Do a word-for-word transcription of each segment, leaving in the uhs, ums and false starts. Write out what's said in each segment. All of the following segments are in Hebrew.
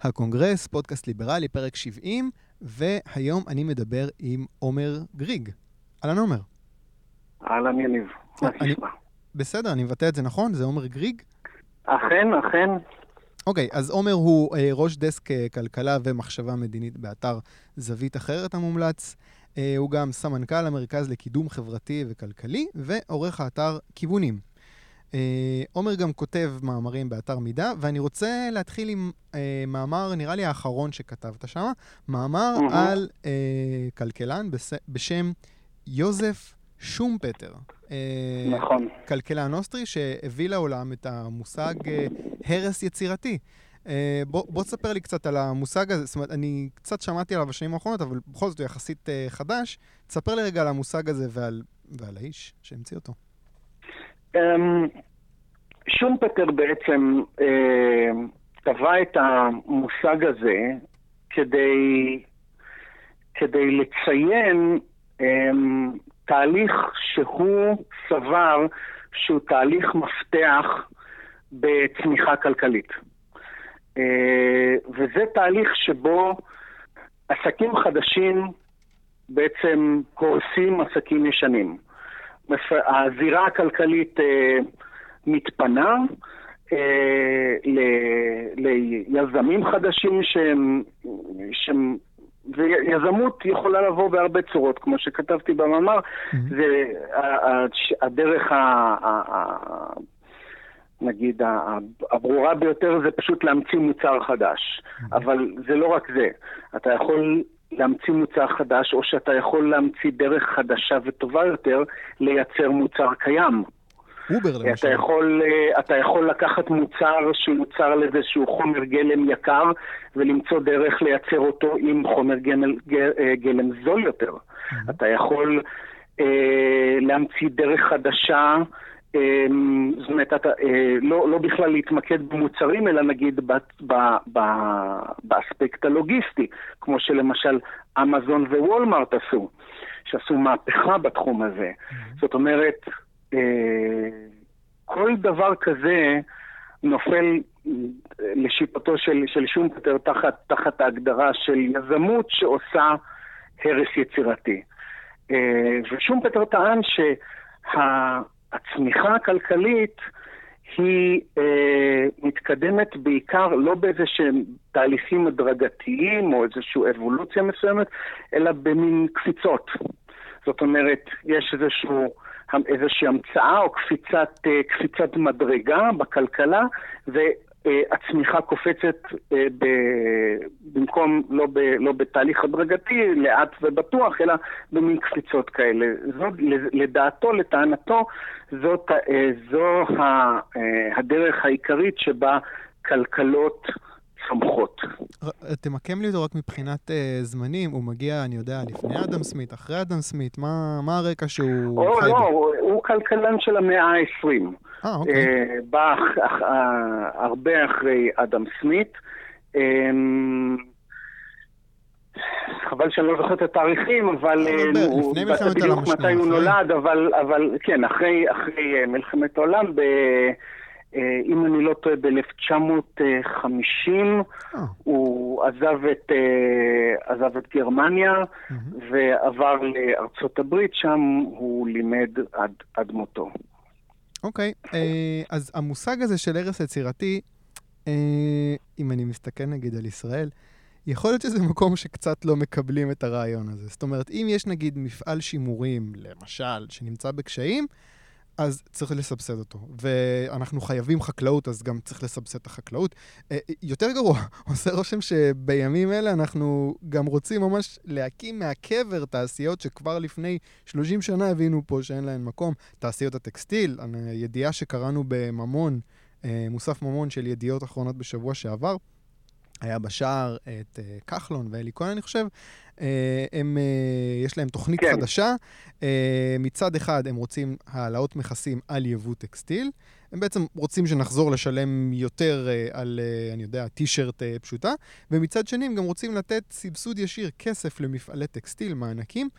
הקונגרס, פודקאסט ליברלי, פרק שבעים, והיום אני מדבר עם עומר גריג. אהלן עומר. אהלן יניב, מה תשמע? בסדר, אני מבטא את זה נכון? זה עומר גריג? אכן, אכן. אוקיי, אז עומר הוא אה, ראש דסק אה, כלכלה ומחשבה מדינית באתר זווית אחרת המומלץ. אה, הוא גם סמנכ"ל המרכז לקידום חברתי וכלכלי, ועורך האתר כיוונים. אה, עומר גם כותב מאמרים באתר מידע, ואני רוצה להתחיל עם אה, מאמר, נראה לי האחרון שכתבת שם, מאמר mm-hmm. על אה, כלכלן בס... בשם יוזף שומפטר. אה, נכון. כלכלן אוסטרי שהביא לעולם את המושג אה, הרס יצירתי. אה, בוא, בוא תספר לי קצת על המושג הזה, זאת אומרת, אני קצת שמעתי עליו בשנים האחרונות, אבל בכל זאת הוא יחסית אה, חדש. תספר לי רגע על המושג הזה ועל, ועל האיש שהמציא אותו. שומפטר בעצם טבע את המושג הזה כדי, כדי לציין תהליך שהוא סבר שהוא תהליך מפתח בצמיחה כלכלית. וזה תהליך שבו עסקים חדשים בעצם הורסים עסקים ישנים. הזירה הכלכלית אה, מתפנה אה, ל, ליזמים חדשים שהם, שהם, ויזמות יכולה לבוא בהרבה צורות, כמו שכתבתי במאמר, mm-hmm. זה הדרך ה, ה, ה, נגיד הברורה ביותר זה פשוט להמציא מוצר חדש, mm-hmm. אבל זה לא רק זה, אתה יכול להמציא מוצר חדש, או שאתה יכול להמציא דרך חדשה וטובה יותר לייצר מוצר קיים. אובר למשל. אתה יכול, אתה יכול לקחת מוצר שיוצר לאיזשהו חומר גלם יקר, ולמצוא דרך לייצר אותו עם חומר גלם, גלם זול יותר. Mm-hmm. אתה יכול אה, להמציא דרך חדשה, זאת אומרת, אתה, לא, לא בכלל להתמקד במוצרים, אלא נגיד ב, ב, ב, באספקט הלוגיסטי, כמו שלמשל אמזון ווולמרט עשו, שעשו מהפכה בתחום הזה. Mm-hmm. זאת אומרת, כל דבר כזה נופל לשיטתו של, של שומפטר תחת, תחת ההגדרה של יזמות שעושה הרס יצירתי. ושומפטר טען שה... הצמיחה הכלכלית היא אה, מתקדמת בעיקר לא באיזשהם תהליכים הדרגתיים או איזושהי אבולוציה מסוימת, אלא במין קפיצות. זאת אומרת, יש איזשהו, איזושהי המצאה או קפיצת, אה, קפיצת מדרגה בכלכלה, והצמיחה קופצת אה, ב, במקום לא, ב, לא בתהליך הדרגתי, לאט ובטוח, אלא במין קפיצות כאלה. זאת, לדעתו, לטענתו, זאת, זו הדרך העיקרית שבה כלכלות צומחות. תמקם לי אותו רק מבחינת זמנים, הוא מגיע, אני יודע, לפני אדם סמית, אחרי אדם סמית, מה, מה הרקע שהוא או, חי לא, בו? הוא, הוא כלכלן של המאה ה-עשרים. אה, אוקיי. בא הרבה אחרי אדם סמית. חבל שאני לא זוכר את התאריכים, אבל לפני מלחמת העולם השנייה. מתי הוא נולד, אבל, אבל כן, אחרי, אחרי מלחמת העולם, ב, אם אני לא טועה, ב-אלף תשע מאות וחמישים, הוא עזב את, עזב את גרמניה, ועבר לארצות הברית, שם הוא לימד עד, עד מותו. אוקיי, אז המושג הזה של הרס יצירתי, אם אני מסתכל נגיד על ישראל, יכול להיות שזה מקום שקצת לא מקבלים את הרעיון הזה. זאת אומרת, אם יש נגיד מפעל שימורים, למשל, שנמצא בקשיים, אז צריך לסבסד אותו. ואנחנו חייבים חקלאות, אז גם צריך לסבסד את החקלאות. יותר גרוע, עושה רושם שבימים אלה אנחנו גם רוצים ממש להקים מהקבר תעשיות שכבר לפני שלושים שנה הבינו פה שאין להן מקום. תעשיות הטקסטיל, ידיעה שקראנו בממון, מוסף ממון של ידיעות אחרונות בשבוע שעבר, היה בשער את uh, כחלון ואלי כהן, אני חושב. Uh, הם, uh, יש להם תוכנית כן. חדשה. Uh, מצד אחד הם רוצים העלאות מכסים על יבוא טקסטיל. הם בעצם רוצים שנחזור לשלם יותר uh, על, uh, אני יודע, טישרט uh, פשוטה. ומצד שני הם גם רוצים לתת סבסוד ישיר כסף למפעלי טקסטיל, מענקים.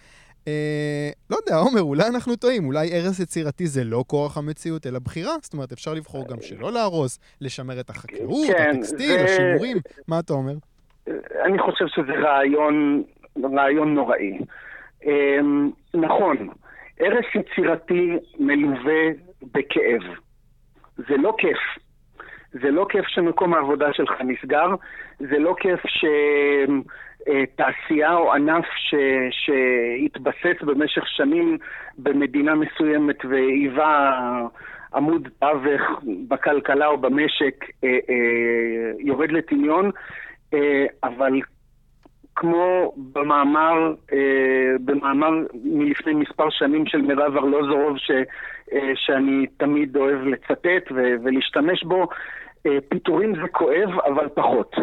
אה, לא יודע, עומר, אולי אנחנו טועים, אולי הרס יצירתי זה לא כורח המציאות, אלא בחירה, זאת אומרת, אפשר לבחור גם שלא להרוס, לשמר את החקלאות, כן, הטקסטיל, זה... השימורים, מה אתה אומר? אני חושב שזה רעיון, רעיון נוראי. נכון, הרס יצירתי מלווה בכאב. זה לא כיף. זה לא כיף שמקום העבודה שלך נסגר, זה לא כיף שתעשייה או ענף ש... שהתבסס במשך שנים במדינה מסוימת והיווה עמוד תווך בכלכלה או במשק יורד לטמיון, אבל כמו במאמר, במאמר מלפני מספר שנים של מירב ארלוזורוב ש, שאני תמיד אוהב לצטט ולהשתמש בו, פיטורים זה כואב אבל פחות.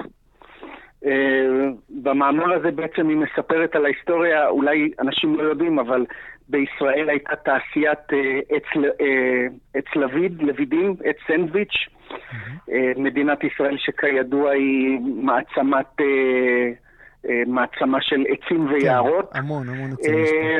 במאמר הזה בעצם היא מספרת על ההיסטוריה, אולי אנשים לא יודעים, אבל בישראל הייתה תעשיית עץ לביד, לבידים, עץ סנדוויץ'. מדינת ישראל שכידוע היא מעצמת, מעצמה של עצים ויערות. המון, המון עצים.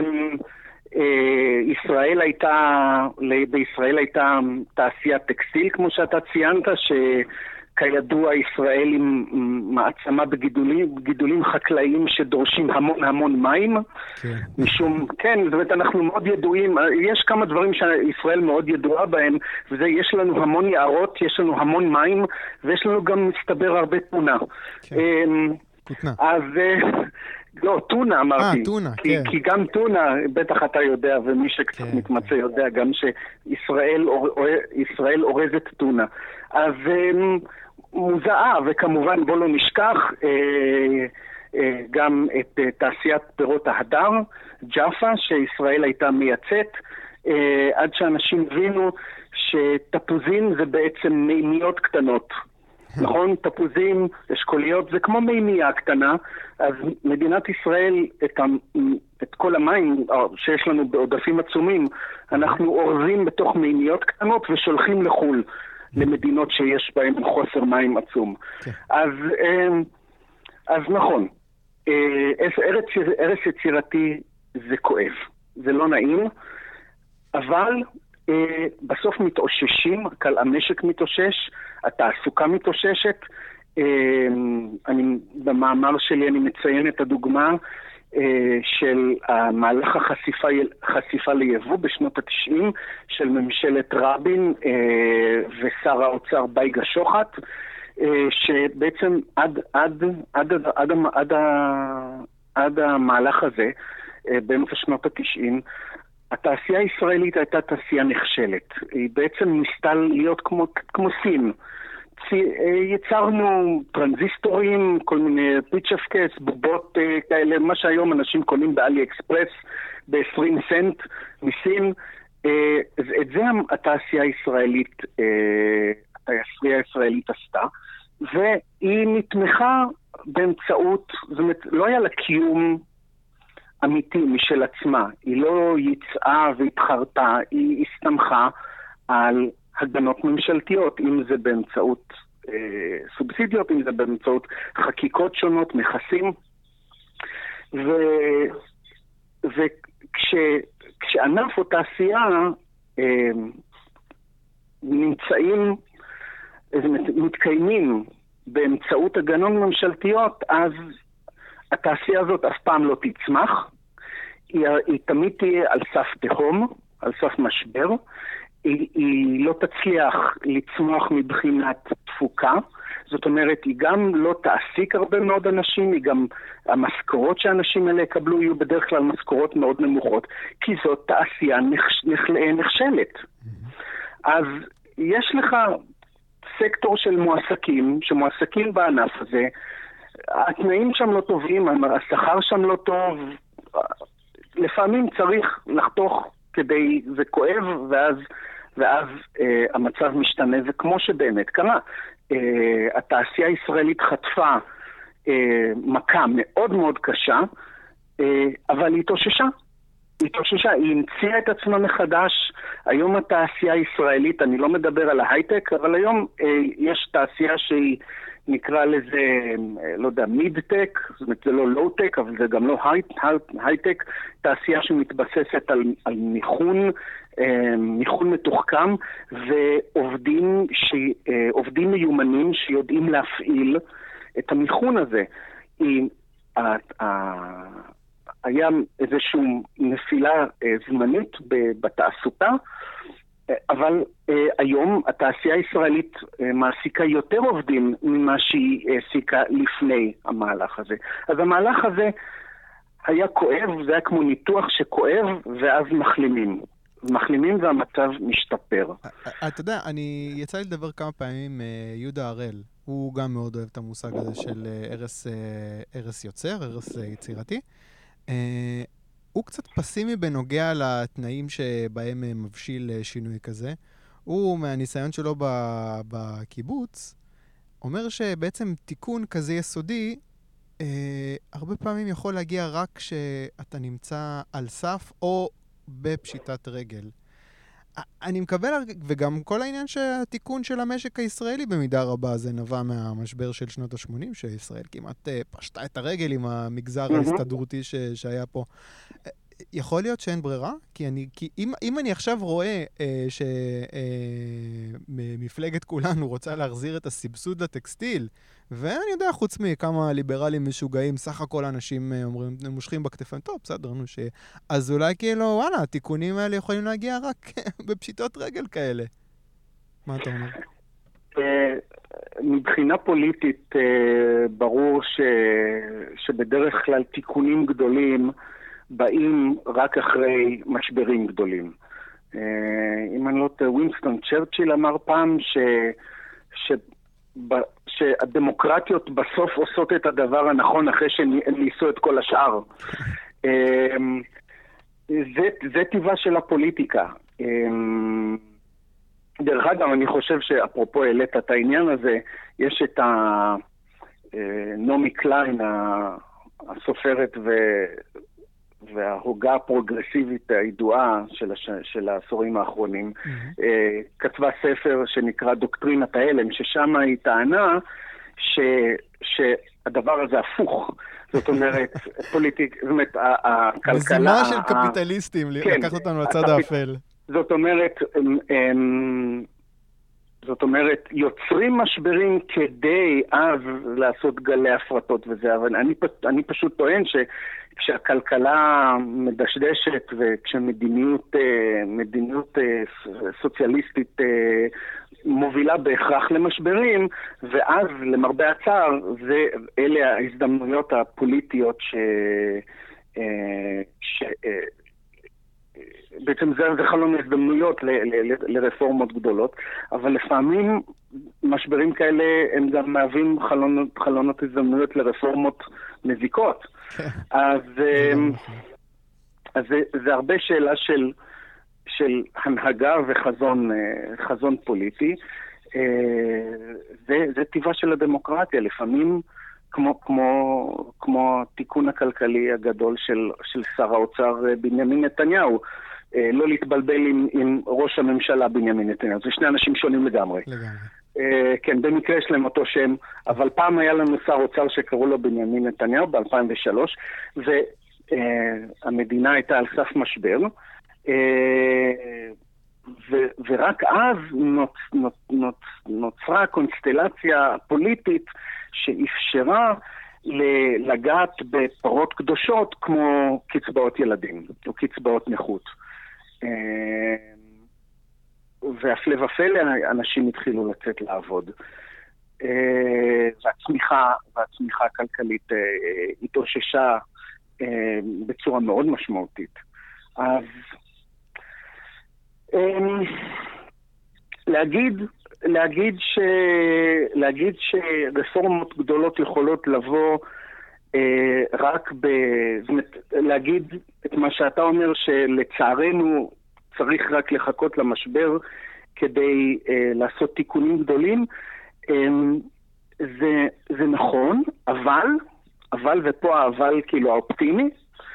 ישראל הייתה, בישראל הייתה תעשיית טקסטיל, כמו שאתה ציינת, שכידוע ישראל היא מעצמה בגידולים, בגידולים חקלאיים שדורשים המון המון מים. כן. משום, כן, זאת אומרת, אנחנו מאוד ידועים, יש כמה דברים שישראל מאוד ידועה בהם, וזה, יש לנו המון יערות, יש לנו המון מים, ויש לנו גם מסתבר הרבה טונה. כן. כותנה. אז... לא, טונה אמרתי. אה, טונה, כי, כן. כי גם טונה, בטח אתה יודע, ומי שקצת כן, מתמצא כן. יודע, גם שישראל ישראל אורזת טונה. אז מוזאה, וכמובן בוא לא נשכח אה, אה, גם את אה, תעשיית פירות ההדר, ג'אפה, שישראל הייתה מייצאת, אה, עד שאנשים הבינו שתפוזים זה בעצם מימיות קטנות. נכון? תפוזים, אשכוליות, זה כמו מימייה קטנה, אז מדינת ישראל, את, ה, את כל המים שיש לנו בעודפים עצומים, אנחנו אורזים בתוך מימיות קטנות ושולחים לחול, למדינות שיש בהן חוסר מים עצום. אז, אז נכון, ארץ, ארץ יצירתי זה כואב, זה לא נעים, אבל בסוף מתאוששים, המשק מתאושש, התעסוקה מתאוששת. אני, במאמר שלי אני מציין את הדוגמה של המהלך החשיפה, חשיפה ליבוא בשנות ה-תשעים של ממשלת רבין ושר האוצר בייגה שוחט, שבעצם עד, עד, עד, עד, עד, עד, עד המהלך הזה, באמצע שנות ה-תשעים, התעשייה הישראלית הייתה תעשייה נכשלת. היא בעצם ניסתה להיות כמו, כמו סין. יצרנו טרנזיסטורים, כל מיני פיצ'פקס, בובות כאלה, מה שהיום אנשים קונים באלי אקספרס ב-עשרים סנט מסין. את זה התעשייה הישראלית, התעשייה הישראלית עשתה, והיא נתמכה באמצעות, זאת אומרת, לא היה לה קיום אמיתי משל עצמה. היא לא יצאה והתחרתה, היא הסתמכה על הגנות ממשלתיות, אם זה באמצעות אה, סובסידיות, אם זה באמצעות חקיקות שונות, מכסים. וכשענף או תעשייה אה, נמצאים, מתקיימים באמצעות הגנות ממשלתיות, אז התעשייה הזאת אף פעם לא תצמח, היא, היא תמיד תהיה על סף תהום, על סף משבר, היא, היא לא תצליח לצמוח מבחינת תפוקה, זאת אומרת, היא גם לא תעסיק הרבה מאוד אנשים, היא גם, המשכורות שאנשים האלה יקבלו יהיו בדרך כלל משכורות מאוד נמוכות, כי זאת תעשייה נכש, נכ, נכשלת. אז יש לך סקטור של מועסקים, שמועסקים בענף הזה, התנאים שם לא טובים, השכר שם לא טוב, לפעמים צריך לחתוך כדי, זה כואב, ואז, ואז אה, המצב משתנה, וכמו שבאמת קרה, אה, התעשייה הישראלית חטפה אה, מכה מאוד מאוד קשה, אה, אבל היא התאוששה. היא התאוששה, היא המציאה את עצמה מחדש. היום התעשייה הישראלית, אני לא מדבר על ההייטק, אבל היום אה, יש תעשייה שהיא נקרא לזה, לא יודע, מיד-טק, זאת אומרת, זה לא לואו-טק, אבל זה גם לא היי-טק, תעשייה שמתבססת על, על מיכון, מיכון מתוחכם, ועובדים ש, עובדים מיומנים שיודעים להפעיל את המיכון הזה. היה איזושהי נפילה זמנית בתעסוקה, אבל uh, היום התעשייה הישראלית uh, מעסיקה יותר עובדים ממה שהיא העסיקה לפני המהלך הזה. אז המהלך הזה היה כואב, זה היה כמו ניתוח שכואב, ואז מחלימים. מחלימים והמצב משתפר. אתה יודע, אני יצא לי לדבר כמה פעמים עם יהודה הראל. הוא גם מאוד אוהב את המושג הזה של ערש, ערש יוצר, ערש יצירתי. הוא קצת פסימי בנוגע לתנאים שבהם מבשיל שינוי כזה. הוא, מהניסיון שלו בקיבוץ, אומר שבעצם תיקון כזה יסודי, אה, הרבה פעמים יכול להגיע רק כשאתה נמצא על סף או בפשיטת רגל. אני מקבל, וגם כל העניין שהתיקון של המשק הישראלי במידה רבה זה נבע מהמשבר של שנות ה-שמונים, שישראל כמעט פשטה את הרגל עם המגזר ההסתדרותי ש, שהיה פה. יכול להיות שאין ברירה? כי, אני, כי אם, אם אני עכשיו רואה אה, שמפלגת כולנו רוצה להחזיר את הסבסוד לטקסטיל, ואני יודע, חוץ מכמה ליברלים משוגעים, סך הכל אנשים אומרים, מושכים בכתפיים, טוב, בסדר, נו ש... אז אולי כאילו, וואלה, התיקונים האלה יכולים להגיע רק בפשיטות רגל כאלה. מה אתה אומר? מבחינה פוליטית, ברור ש... שבדרך כלל תיקונים גדולים באים רק אחרי משברים גדולים. אם אני לא טועה, ווינסטון צ'רצ'יל אמר פעם ש... ש... שהדמוקרטיות בסוף עושות את הדבר הנכון אחרי שניסו את כל השאר. זה, זה טבעה של הפוליטיקה. דרך אגב, אני חושב שאפרופו העלית את העניין הזה, יש את נעמי קליין, הסופרת ו... וההוגה הפרוגרסיבית הידועה של, הש... של העשורים האחרונים, mm-hmm. כתבה ספר שנקרא דוקטרינת ההלם, ששם היא טענה ש... שהדבר הזה הפוך. זאת אומרת, פוליטיק, זאת אומרת, הכלכלה... מזימה של קפיטליסטים, כן, לקחת אותנו לצד האפל. זאת אומרת, הם, הם... זאת אומרת, יוצרים משברים כדי אז לעשות גלי הפרטות וזה, אבל אני, אני פשוט טוען שכשהכלכלה מדשדשת וכשמדיניות מדיניות סוציאליסטית מובילה בהכרח למשברים, ואז למרבה הצער, זה, אלה ההזדמנויות הפוליטיות ש... ש בעצם זה, זה חלון הזדמנויות ל, ל, ל, לרפורמות גדולות, אבל לפעמים משברים כאלה הם גם מהווים חלונות, חלונות הזדמנויות לרפורמות מזיקות. אז, אז זה, זה הרבה שאלה של, של הנהגה וחזון חזון פוליטי. זה, זה טבעה של הדמוקרטיה. לפעמים כמו, כמו, כמו התיקון הכלכלי הגדול של, של שר האוצר בנימין נתניהו, לא להתבלבל עם, עם ראש הממשלה בנימין נתניהו. זה שני אנשים שונים לגמרי. לגמרי. כן, במקרה יש להם אותו שם, אבל פעם היה לנו שר אוצר שקראו לו בנימין נתניהו ב-אלפיים ושלוש, והמדינה הייתה על סף משבר, ו- ורק אז נוצ- נוצ- נוצ- נוצרה קונסטלציה פוליטית שאפשרה לגעת בפרות קדושות כמו קצבאות ילדים או קצבאות נכות. והפלא ופלא אנשים התחילו לצאת לעבוד. והצמיחה, והצמיחה הכלכלית התאוששה בצורה מאוד משמעותית. אז להגיד, להגיד ש... להגיד שרפורמות גדולות יכולות לבוא אה, רק ב... זאת אומרת, להגיד את מה שאתה אומר שלצערנו צריך רק לחכות למשבר כדי אה, לעשות תיקונים גדולים, אה, זה, זה נכון, אבל, אבל ופה האבל כאילו האופטימי,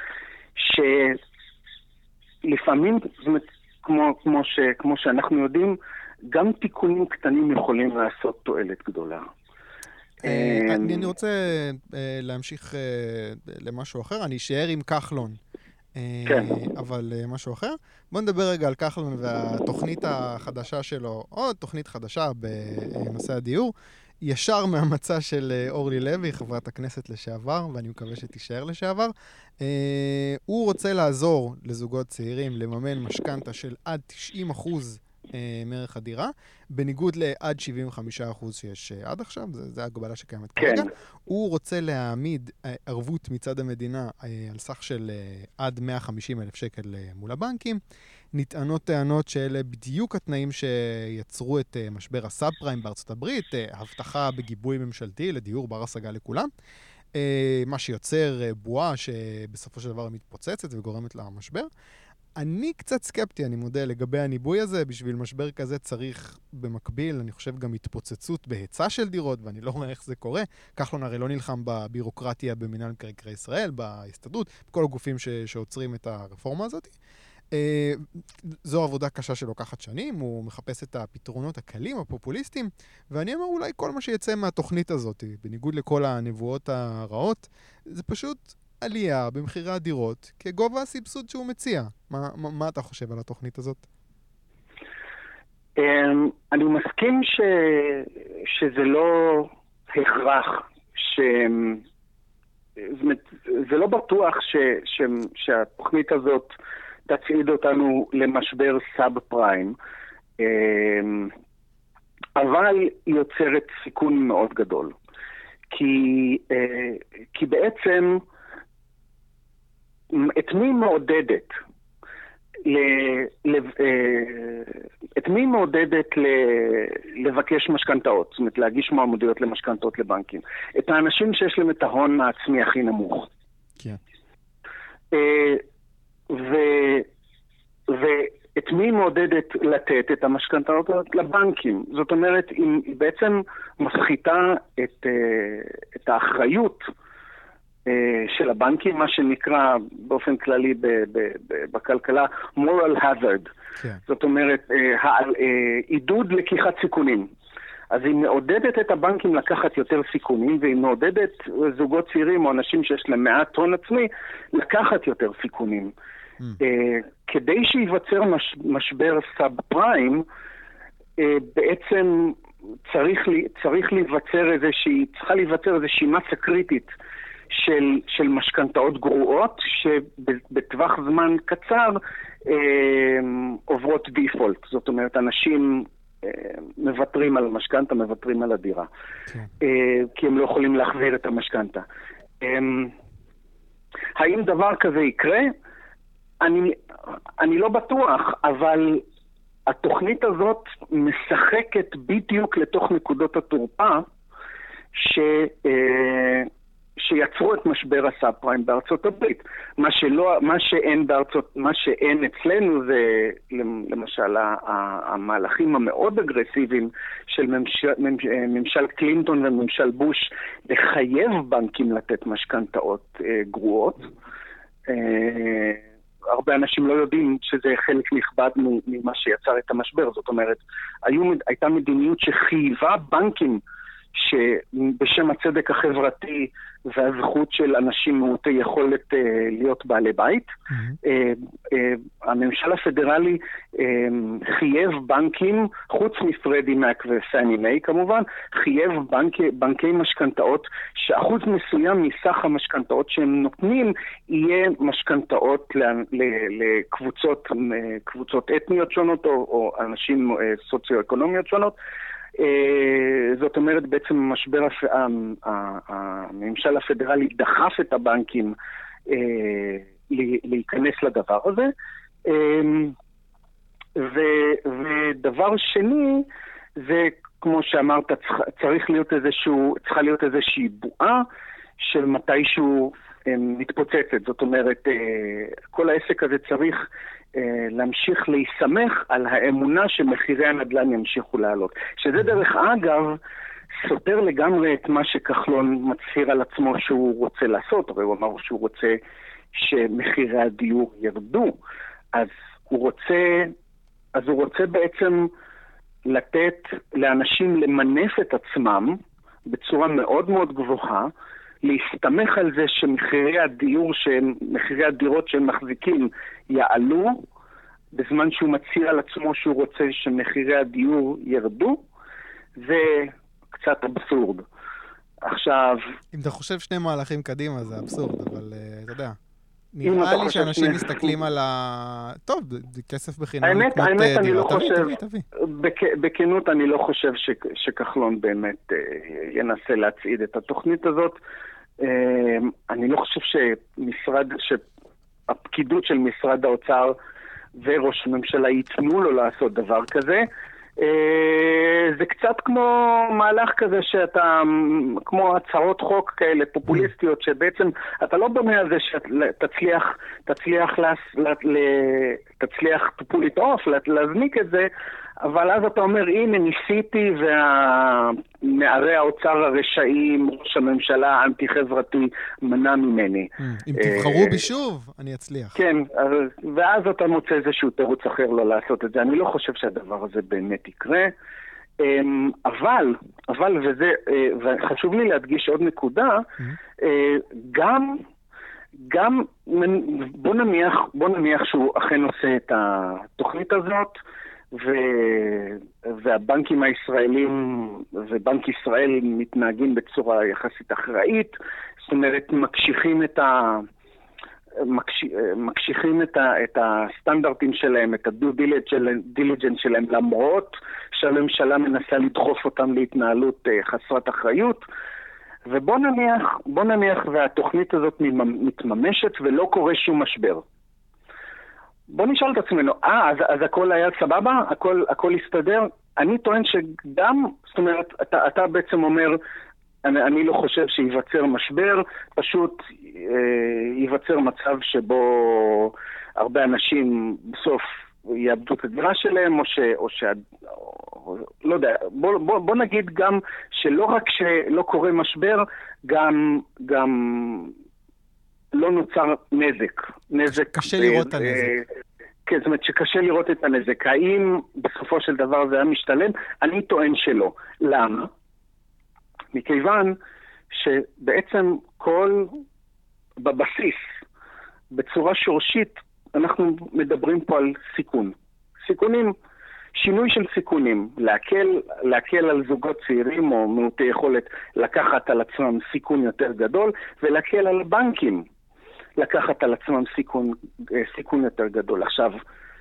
שלפעמים, זאת אומרת, כמו, כמו, ש, כמו שאנחנו יודעים, גם תיקונים קטנים יכולים לעשות תועלת גדולה. אני רוצה להמשיך למשהו אחר, אני אשאר עם כחלון, אבל משהו אחר. בוא נדבר רגע על כחלון והתוכנית החדשה שלו, או תוכנית חדשה בנושא הדיור, ישר מהמצע של אורלי לוי, חברת הכנסת לשעבר, ואני מקווה שתישאר לשעבר. הוא רוצה לעזור לזוגות צעירים לממן משכנתה של עד תשעים אחוז מערך הדירה, בניגוד לעד שבעים וחמישה אחוז שיש עד עכשיו, זה הגבלה שקיימת כרגע. הוא רוצה להעמיד ערבות מצד המדינה על סך של עד מאה וחמישים אלף שקל מול הבנקים. נטענות טענות שאלה בדיוק התנאים שיצרו את משבר הסאב פריים בארצות הברית, הבטחה בגיבוי ממשלתי לדיור בר השגה לכולם, מה שיוצר בועה שבסופו של דבר מתפוצצת וגורמת למשבר. אני קצת סקפטי, אני מודה, לגבי הניבוי הזה. בשביל משבר כזה צריך במקביל, אני חושב, גם התפוצצות בהיצע של דירות, ואני לא רואה איך זה קורה. כחלון הרי לא נלחם בבירוקרטיה במינהל מקרקעי ישראל, בהסתדרות, בכל הגופים ש- שעוצרים את הרפורמה הזאת. אה, זו עבודה קשה שלוקחת שנים, הוא מחפש את הפתרונות הקלים, הפופוליסטיים, ואני אומר אולי כל מה שיצא מהתוכנית הזאת, בניגוד לכל הנבואות הרעות, זה פשוט עלייה במחירי הדירות כגובה הסבסוד שהוא מציע. מה, מה, מה אתה חושב על התוכנית הזאת? אני מסכים ש... שזה לא הכרח, ש... זה לא בטוח ש... ש... שהתוכנית הזאת תצעיד אותנו למשבר סאב פריים, אבל היא יוצרת סיכון מאוד גדול. כי, כי בעצם את מי מעודדת ל, ל, את מי מעודדת ל, לבקש משכנתאות, זאת אומרת להגיש מועמדויות למשכנתאות לבנקים? את האנשים שיש להם את ההון העצמי הכי נמוך. כן. ו, ואת מי מעודדת לתת את המשכנתאות לבנקים? זאת אומרת, היא בעצם מפחיתה את, את האחריות של הבנקים, מה שנקרא באופן כללי ב- ב- ב- בכלכלה moral hazard. כן. זאת אומרת, עידוד לקיחת סיכונים. אז היא מעודדת את הבנקים לקחת יותר סיכונים, והיא מעודדת זוגות צעירים או אנשים שיש להם מעט הון עצמי לקחת יותר סיכונים. Mm. כדי שיווצר מש- משבר סאב פריים, בעצם צריך, לי, צריך להיווצר איזושהי, צריכה להיווצר איזושהי מסה קריטית של, של משכנתאות גרועות, שבטווח זמן קצר אה, עוברות דיפולט. זאת אומרת, אנשים אה, מוותרים על המשכנתה, מוותרים על הדירה. כן. אה, כי הם לא יכולים להחזיר את המשכנתה. אה, האם דבר כזה יקרה? אני, אני לא בטוח, אבל התוכנית הזאת משחקת בדיוק לתוך נקודות התורפה, ש... אה, שיצרו את משבר הסאב פריים בארצות הברית. מה שלא, מה שאין בארצות, מה שאין אצלנו זה למשל המהלכים המאוד אגרסיביים של ממשל, ממשל קלינטון וממשל בוש לחייב בנקים לתת משכנתאות גרועות. הרבה אנשים לא יודעים שזה חלק נכבד ממה שיצר את המשבר. זאת אומרת, היו, הייתה מדיניות שחייבה בנקים שבשם הצדק החברתי והזכות של אנשים מעוטי יכולת uh, להיות בעלי בית, mm-hmm. uh, uh, הממשל הפדרלי uh, חייב בנקים, חוץ מפרדי מק ופני מיי כמובן, חייב בנקי, בנקי משכנתאות, שאחוז מסוים מסך המשכנתאות שהם נותנים, יהיה משכנתאות לקבוצות קבוצות אתניות שונות, או, או אנשים uh, סוציו-אקונומיות שונות. זאת אומרת, בעצם המשבר, הממשל הפדרלי דחף את הבנקים להיכנס לדבר הזה. ודבר שני, זה כמו שאמרת, צריך להיות איזשהו, צריכה להיות איזושהי בועה של מתישהו מתפוצצת. זאת אומרת, כל העסק הזה צריך להמשיך להיסמך על האמונה שמחירי הנדל"ן ימשיכו לעלות. שזה דרך אגב סותר לגמרי את מה שכחלון מצהיר על עצמו שהוא רוצה לעשות. הרי הוא אמר שהוא רוצה שמחירי הדיור ירדו. אז הוא רוצה, אז הוא רוצה בעצם לתת לאנשים למנף את עצמם בצורה מאוד מאוד גבוהה, להסתמך על זה שמחירי הדיור, שמחירי הדירות שהם מחזיקים יעלו, בזמן שהוא מציע על עצמו שהוא רוצה שמחירי הדיור ירדו, זה קצת אבסורד. עכשיו... אם אתה חושב שני מהלכים קדימה, זה אבסורד, אבל uh, אתה יודע. נראה לי שאנשים שני... מסתכלים על ה... טוב, זה כסף בחינם. האמת, האמת דירה. אני לא תביא, חושב... תביא, תביא. בכ... בכנות, אני לא חושב ש... שכחלון באמת uh, ינסה להצעיד את התוכנית הזאת. Uh, אני לא חושב שמשרד... שהפקידות של משרד האוצר וראש הממשלה ייתנו לו לעשות דבר כזה. זה קצת כמו מהלך כזה שאתה, כמו הצהרות חוק כאלה פופוליסטיות, שבעצם אתה לא בונה על זה שתצליח, תצליח, תצליח פופולית אוף, להזניק את זה, אבל אז אתה אומר, הנה ניסיתי, והנערי האוצר הרשעים, ראש הממשלה האנטי-חברתי, מנע ממני. אם תבחרו בי שוב, אני אצליח. כן, ואז אתה מוצא איזשהו תירוץ אחר לא לעשות את זה. אני לא חושב שהדבר הזה באמת יקרה. אבל, אבל, וזה, וחשוב לי להדגיש עוד נקודה, גם, גם, בוא נניח, בוא נניח שהוא אכן עושה את התוכנית הזאת, ו... והבנקים הישראלים ובנק ישראל מתנהגים בצורה יחסית אחראית, זאת אומרת מקשיחים את ה... מקש... מקשיחים את, ה... את הסטנדרטים שלהם, את הדו דיליג'נס שלהם, למרות שהממשלה מנסה לדחוף אותם להתנהלות חסרת אחריות. ובוא נניח, בוא נניח והתוכנית הזאת מתממשת ולא קורה שום משבר. בוא נשאל את עצמנו, אה, אז, אז הכל היה סבבה? הכל, הכל הסתדר? אני טוען שגם, זאת אומרת, אתה, אתה בעצם אומר, אני, אני לא חושב שיווצר משבר, פשוט אה, ייווצר מצב שבו הרבה אנשים בסוף יאבדו את הדירה שלהם, או ש... או ש או, לא יודע, בוא, בוא, בוא נגיד גם שלא רק שלא קורה משבר, גם... גם לא נוצר נזק. נזק קשה לראות את הנזק. כן, זאת אומרת שקשה לראות את הנזק. האם בסופו של דבר זה היה משתלם? אני טוען שלא. למה? מכיוון שבעצם כל, בבסיס, בצורה שורשית, אנחנו מדברים פה על סיכון. סיכונים, שינוי של סיכונים. להקל, להקל על זוגות צעירים או מעוטי יכולת לקחת על עצמם סיכון יותר גדול, ולהקל על בנקים. לקחת על עצמם סיכון, סיכון יותר גדול. עכשיו,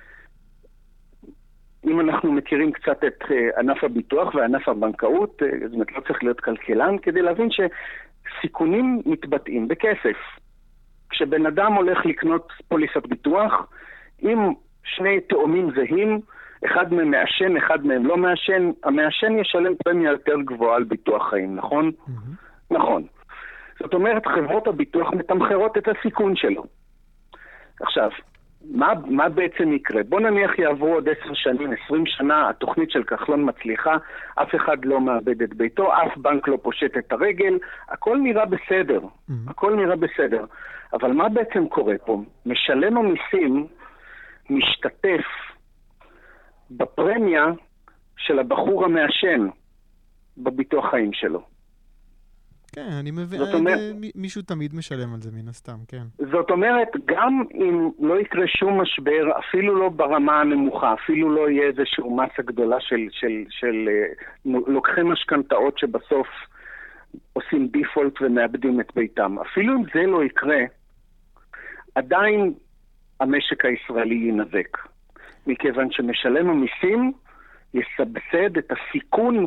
אם אנחנו מכירים קצת את ענף הביטוח וענף הבנקאות, זאת אומרת, לא צריך להיות כלכלן, כדי להבין שסיכונים מתבטאים בכסף. כשבן אדם הולך לקנות פוליסת ביטוח, אם שני תאומים זהים, אחד מהם מעשן, אחד מהם לא מעשן, המעשן ישלם פרמיה יותר גבוהה על ביטוח חיים, נכון? Mm-hmm. נכון. זאת אומרת, חברות הביטוח מתמחרות את הסיכון שלו. עכשיו, מה, מה בעצם יקרה? בוא נניח יעברו עוד עשר שנים, עשרים שנה, התוכנית של כחלון מצליחה, אף אחד לא מאבד את ביתו, אף בנק לא פושט את הרגל, הכל נראה בסדר, mm-hmm. הכל נראה בסדר. אבל מה בעצם קורה פה? משלם המיסים משתתף בפרמיה של הבחור המעשן בביטוח חיים שלו. כן, אני מבין, אומר... מישהו תמיד משלם על זה מן הסתם, כן. זאת אומרת, גם אם לא יקרה שום משבר, אפילו לא ברמה הנמוכה, אפילו לא יהיה איזשהו מסה גדולה של, של, של לוקחי משכנתאות שבסוף עושים דיפולט ומאבדים את ביתם. אפילו אם זה לא יקרה, עדיין המשק הישראלי ינזק. מכיוון שמשלם המיסים יסבסד את הסיכון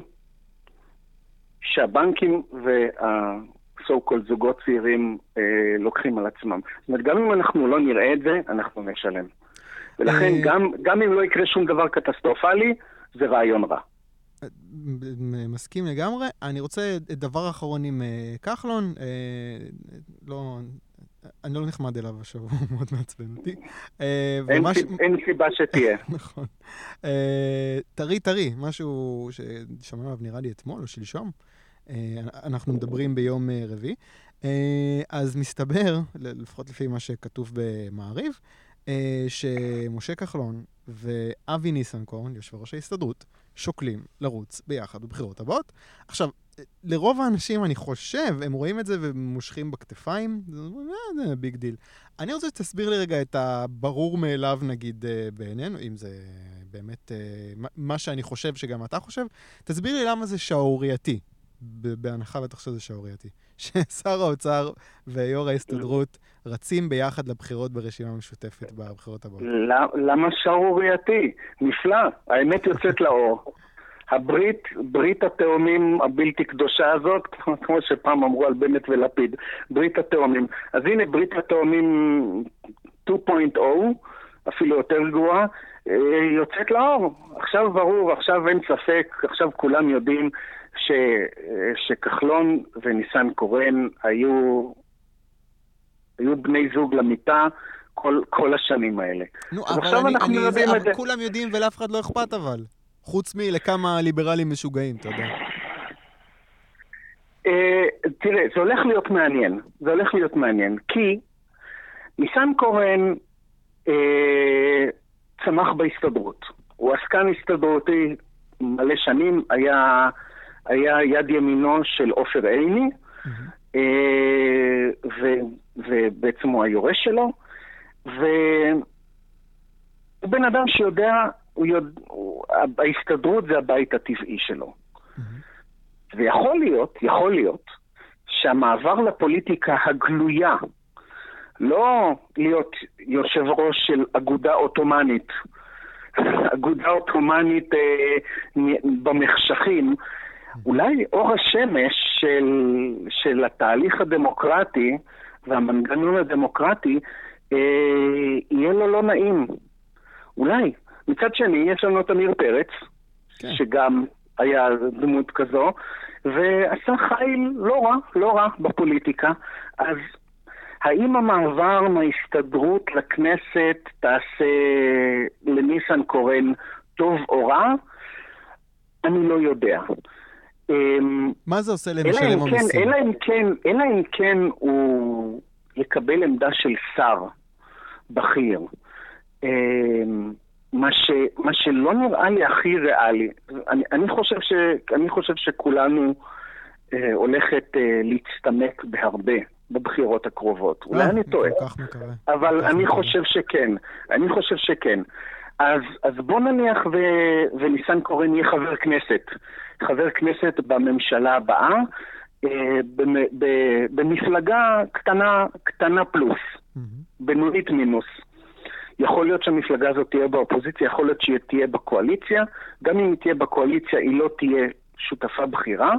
שהבנקים וה-so-called זוגות צעירים אה, לוקחים על עצמם. זאת אומרת, גם אם אנחנו לא נראה את זה, אנחנו נשלם. ולכן גם, גם אם לא יקרה שום דבר קטסטרופלי, זה רעיון רע. מסכים לגמרי. אני רוצה דבר אחרון עם כחלון. לא... אני לא נחמד אליו השבוע, מאוד מעצבן אותי. אין סיבה שתהיה. נכון. טרי טרי, משהו ששמענו עליו נראה לי אתמול או שלשום. אנחנו מדברים ביום רביעי. אז מסתבר, לפחות לפי מה שכתוב במעריב, שמשה כחלון ואבי ניסנקורן, יושב ראש ההסתדרות, שוקלים לרוץ ביחד בבחירות הבאות. עכשיו, לרוב האנשים, אני חושב, הם רואים את זה ומושכים בכתפיים, זה ביג דיל. אני רוצה שתסביר לי רגע את הברור מאליו, נגיד, בעינינו, אם זה באמת מה שאני חושב שגם אתה חושב, תסביר לי למה זה שעורייתי, בהנחה בטח שזה שעורייתי, ששר האוצר ויו"ר ההסתדרות רצים ביחד לבחירות ברשימה משותפת בבחירות הבאות. למה שעורייתי? נפלא, האמת יוצאת לאור. הברית, ברית התאומים הבלתי קדושה הזאת, כמו שפעם אמרו על בנט ולפיד, ברית התאומים. אז הנה ברית התאומים שתיים נקודה אפס, אפילו יותר גרועה, יוצאת לאור. עכשיו ברור, עכשיו אין ספק, עכשיו כולם יודעים ש, שכחלון וניסנקורן היו, היו בני זוג למיטה כל, כל השנים האלה. נו, אבל, אני, אני, זה, אבל כולם יודעים ולאף אחד לא אכפת אבל. חוץ מי לכמה ליברלים משוגעים, אתה יודע. תראה, זה הולך להיות מעניין. זה הולך להיות מעניין. כי ניסנקורן צמח בהסתדרות. הוא עסקן הסתדרותי מלא שנים, היה, היה יד ימינו של עופר עיני, ובעצם הוא היורש שלו, והוא בן אדם שיודע, הוא יודע, ההסתדרות זה הבית הטבעי שלו. ויכול להיות, יכול להיות, שהמעבר לפוליטיקה הגלויה, לא להיות יושב ראש של אגודה אוטומנית, אגודה אוטומנית אה, במחשכים, אולי אור השמש של, של התהליך הדמוקרטי והמנגנון הדמוקרטי אה, יהיה לו לא נעים. אולי. מצד שני, יש לנו את אמיר פרץ, כן. שגם היה דמות כזו, ועשה חיל לא רע, לא רע בפוליטיקה. אז האם המעבר מההסתדרות לכנסת תעשה לניסנקורן טוב או רע? אני לא יודע. מה זה עושה למשלם המיסים? אלא אם כן, אלא אם כן הוא יקבל עמדה של שר בכיר. מה ש, מה שלא נראה לי הכי ריאלי, אני, אני חושב ש, אני חושב שכולנו אה, הולכת אה, להצטמק בהרבה בבחירות הקרובות. אולי אני טועה, אבל אני חושב שכן. אני חושב שכן. אז, אז בוא נניח ו, וניסנקורן יהיה חבר כנסת. חבר כנסת בממשלה הבאה, אה, במפלגה קטנה, קטנה פלוס, בינונית מינוס. יכול להיות שהמפלגה הזאת תהיה באופוזיציה, יכול להיות שהיא תהיה בקואליציה, גם אם היא תהיה בקואליציה היא לא תהיה שותפה בחירה.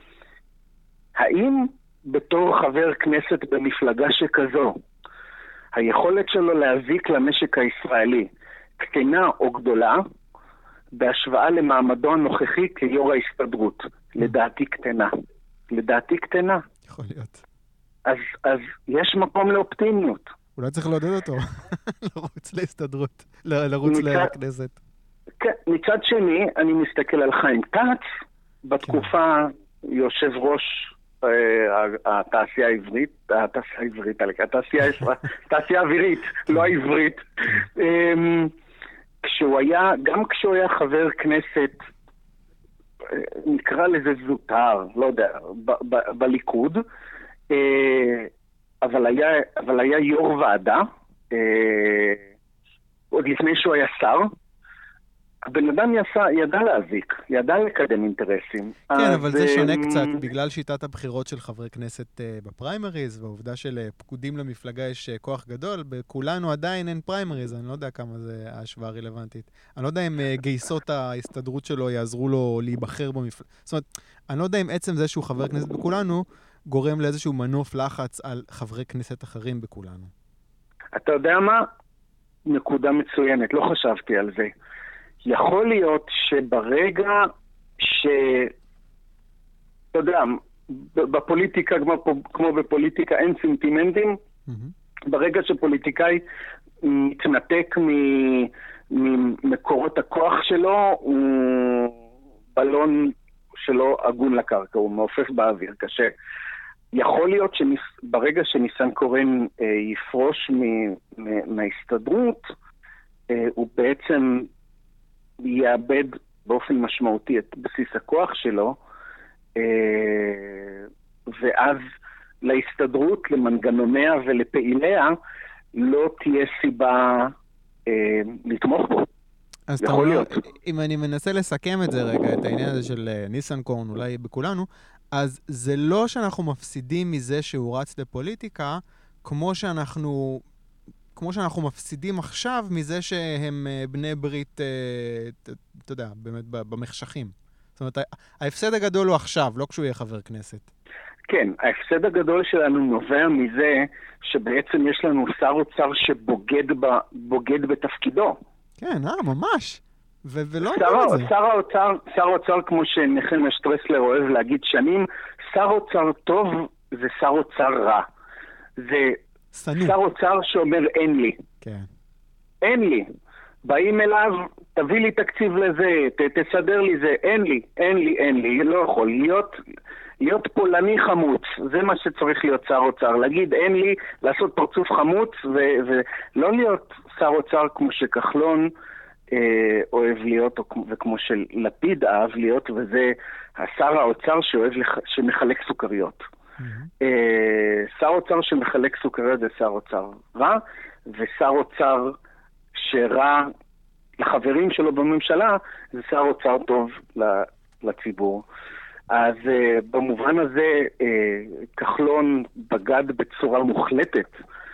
האם בתור חבר כנסת במפלגה שכזו, היכולת שלו להזיק למשק הישראלי קטנה או גדולה, בהשוואה למעמדו הנוכחי כיו"ר ההסתדרות? לדעתי קטנה. לדעתי קטנה. יכול להיות. אז, אז יש מקום לאופטימיות. אולי צריך לעודד אותו, לרוץ להסתדרות, לרוץ לכנסת. כן, מצד שני, אני מסתכל על חיים כץ, בתקופה יושב ראש התעשייה העברית, התעשייה העברית, התעשייה האווירית, לא העברית. כשהוא היה, גם כשהוא היה חבר כנסת, נקרא לזה זוטר, לא יודע, בליכוד, אבל היה, אבל היה יו"ר ועדה, אה, עוד לפני שהוא היה שר. הבן אדם יסע, ידע להזיק, ידע לקדם אינטרסים. כן, אבל זה שונה קצת, בגלל שיטת הבחירות של חברי כנסת אה, בפריימריז, והעובדה של אה, פקודים למפלגה יש אה, כוח גדול, בכולנו עדיין אין פריימריז, אני לא יודע כמה זה ההשוואה רלוונטית. אני לא יודע אם אה, גייסות ההסתדרות שלו יעזרו לו להיבחר במפלגה. זאת אומרת, אני לא יודע אם עצם זה שהוא חבר כנסת בכולנו, גורם לאיזשהו מנוף לחץ על חברי כנסת אחרים בכולנו. אתה יודע מה? נקודה מצוינת, לא חשבתי על זה. יכול להיות שברגע ש... אתה יודע, בפוליטיקה, כמו, כמו בפוליטיקה, אין סנטימנטים, mm-hmm. ברגע שפוליטיקאי מתנתק ממקורות הכוח שלו, הוא בלון שלו עגון לקרקע, הוא מעופף באוויר, קשה. יכול להיות שברגע שניסנקורן אה, יפרוש מ- מ- מההסתדרות, אה, הוא בעצם יאבד באופן משמעותי את בסיס הכוח שלו, אה, ואז להסתדרות, למנגנוניה ולפעיליה, לא תהיה סיבה אה, לתמוך בו. אז אתה אומר, אם אני מנסה לסכם את זה רגע, את העניין הזה של ניסנקורן, אולי בכולנו, אז זה לא שאנחנו מפסידים מזה שהוא רץ לפוליטיקה, כמו שאנחנו, כמו שאנחנו מפסידים עכשיו מזה שהם בני ברית, אתה יודע, באמת במחשכים. זאת אומרת, ההפסד הגדול הוא עכשיו, לא כשהוא יהיה חבר כנסת. כן, ההפסד הגדול שלנו נובע מזה שבעצם יש לנו שר אוצר שבוגד ב, בוגד בתפקידו. כן, אה, ממש. ו- ולא שר, אומר את זה. שר האוצר, שר האוצר, כמו שנחמיה שטרסלר אוהב להגיד שנים, שר אוצר טוב זה שר אוצר רע. זה סנו. שר אוצר שאומר אין לי. כן. אין לי. באים אליו, תביא לי תקציב לזה, ת, תסדר לי זה, אין לי, אין לי, אין לי, לא יכול להיות... להיות פולני חמוץ, זה מה שצריך להיות שר אוצר, להגיד אין לי, לעשות פרצוף חמוץ, ו- ולא להיות שר אוצר כמו שכחלון אה, אוהב להיות, או, וכמו שלפיד אהב להיות, וזה השר האוצר שאוהב לח- שמחלק סוכריות. Mm-hmm. אה, שר אוצר שמחלק סוכריות זה שר אוצר רע, ושר אוצר שרע לחברים שלו בממשלה, זה שר אוצר טוב לציבור. אז uh, במובן הזה uh, כחלון בגד בצורה מוחלטת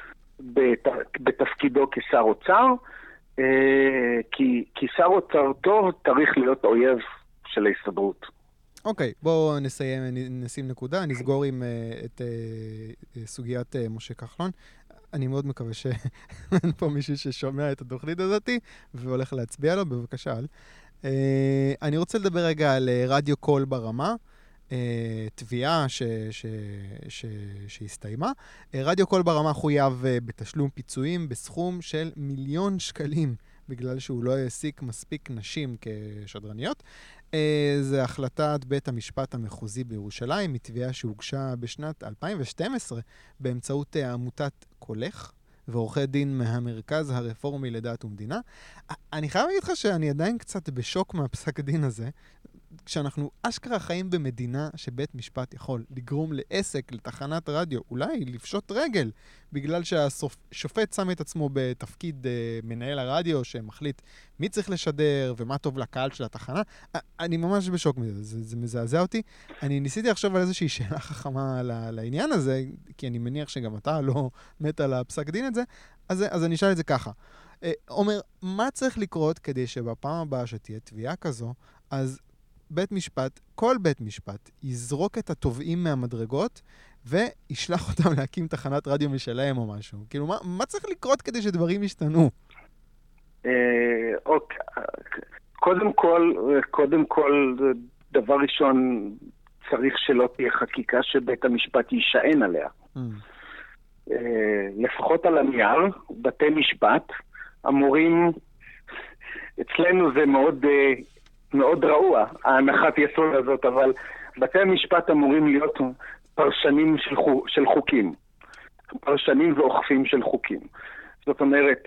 בת, בתפקידו כשר אוצר, uh, כי, כי שר אוצר טוב צריך להיות אויב של ההסתדרות. אוקיי, okay, בואו נסיים, נשים נקודה, נסגור עם uh, את uh, סוגיית uh, משה כחלון. אני מאוד מקווה שאין פה מישהו ששומע את התוכנית הזאת והולך להצביע לו, בבקשה. Uh, אני רוצה לדבר רגע על uh, רדיו קול ברמה, uh, תביעה ש, ש, ש, שהסתיימה. Uh, רדיו קול ברמה חויב uh, בתשלום פיצויים בסכום של מיליון שקלים, בגלל שהוא לא העסיק מספיק נשים כשדרניות. Uh, זה החלטת בית המשפט המחוזי בירושלים, מתביעה שהוגשה בשנת אלפיים ושתים עשרה באמצעות uh, עמותת קולך. ועורכי דין מהמרכז הרפורמי לדת ומדינה. אני חייב להגיד לך שאני עדיין קצת בשוק מהפסק דין הזה, כשאנחנו אשכרה חיים במדינה שבית משפט יכול לגרום לעסק, לתחנת רדיו, אולי לפשוט רגל, בגלל שהשופט שם את עצמו בתפקיד אה, מנהל הרדיו, שמחליט מי צריך לשדר ומה טוב לקהל של התחנה. אני ממש בשוק מזה, זה, זה מזעזע אותי. אני ניסיתי לחשוב על איזושהי שאלה חכמה לעניין הזה, כי אני מניח שגם אתה לא מת על הפסק דין את זה, אז, אז אני אשאל את זה ככה. עומר, מה צריך לקרות כדי שבפעם הבאה שתהיה תביעה כזו, אז בית משפט, כל בית משפט, יזרוק את התובעים מהמדרגות וישלח אותם להקים תחנת רדיו משלהם או משהו? כאילו, מה, מה צריך לקרות כדי שדברים ישתנו? אוקיי. קודם כל, קודם כל, דבר ראשון, צריך שלא תהיה חקיקה שבית המשפט יישען עליה. Mm. לפחות על הנייר, בתי משפט אמורים, אצלנו זה מאוד... מאוד רעוע, ההנחת יסוד הזאת, אבל בתי המשפט אמורים להיות פרשנים של, חוק, של חוקים. פרשנים ואוכפים של חוקים. זאת אומרת,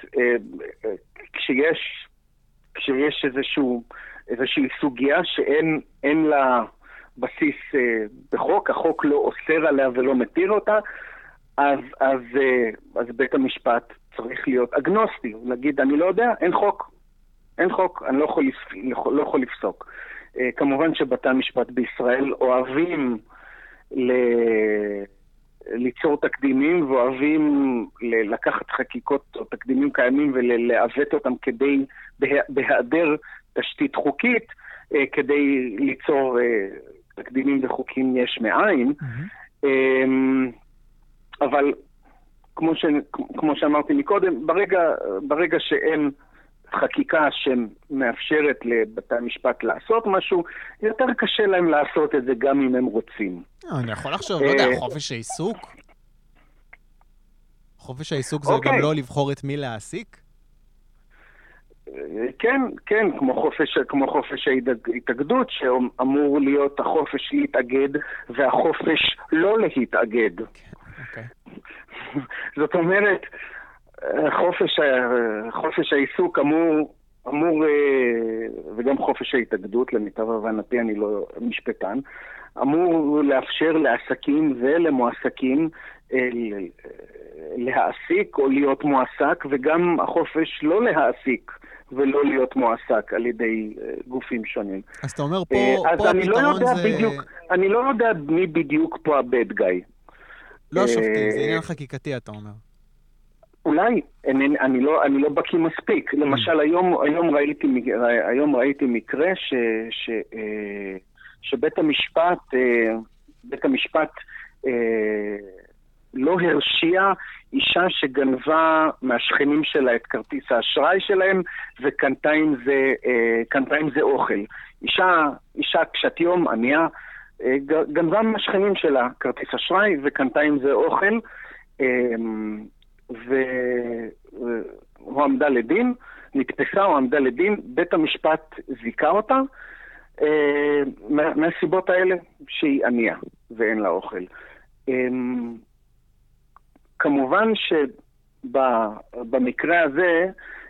כשיש, כשיש איזשהו, איזושהי סוגיה שאין אין לה בסיס בחוק, החוק לא אוסר עליה ולא מתיר אותה, אז, אז, אז בית המשפט צריך להיות אגנוסטי, להגיד, אני לא יודע, אין חוק. אין חוק, אני לא יכול, לא יכול לפסוק. Uh, כמובן שבתי המשפט בישראל אוהבים ל... ליצור תקדימים, ואוהבים ל... לקחת חקיקות או תקדימים קיימים ולעוות אותם כדי, בה... בהיעדר תשתית חוקית, uh, כדי ליצור uh, תקדימים וחוקים יש מאין. Mm-hmm. Um, אבל כמו, ש... כמו שאמרתי מקודם, ברגע, ברגע שאין חקיקה שמאפשרת לבתי המשפט לעשות משהו, יותר קשה להם לעשות את זה גם אם הם רוצים. אני יכול לחשוב, לא יודע, חופש העיסוק? חופש העיסוק זה גם לא לבחור את מי להעסיק? כן, כן, כמו חופש, כמו חופש ההתאגדות, שאמור להיות החופש להתאגד והחופש לא להתאגד. אוקיי. זאת אומרת, חופש, חופש העיסוק אמור, אמור, וגם חופש ההתאגדות, למיטב הבנתי, אני לא משפטן, אמור לאפשר לעסקים ולמועסקים להעסיק או להיות מועסק, וגם החופש לא להעסיק ולא להיות מועסק על ידי גופים שונים. אז אתה אומר פה, פה אני הפתרון לא יודע זה... בדיוק, אני לא יודע מי בדיוק פה הבד גאי. לא השופטים, זה עניין חקיקתי, אתה אומר. אולי, אני, אני לא, אני לא בקיא מספיק. למשל, היום, היום ראיתי, היום ראיתי מקרה ש, ש, שבית המשפט, בית המשפט לא הרשיע אישה שגנבה מהשכנים שלה את כרטיס האשראי שלהם וקנתה עם זה, קנתה עם זה אוכל. אישה, אישה קשת יום, ענייה, גנבה מהשכנים שלה כרטיס אשראי וקנתה עם זה אוכל, והוא עמדה לדין, נתפסה או עמדה לדין, בית המשפט זיקה אותה, מהסיבות האלה שהיא ענייה ואין לה אוכל. כמובן שבמקרה הזה,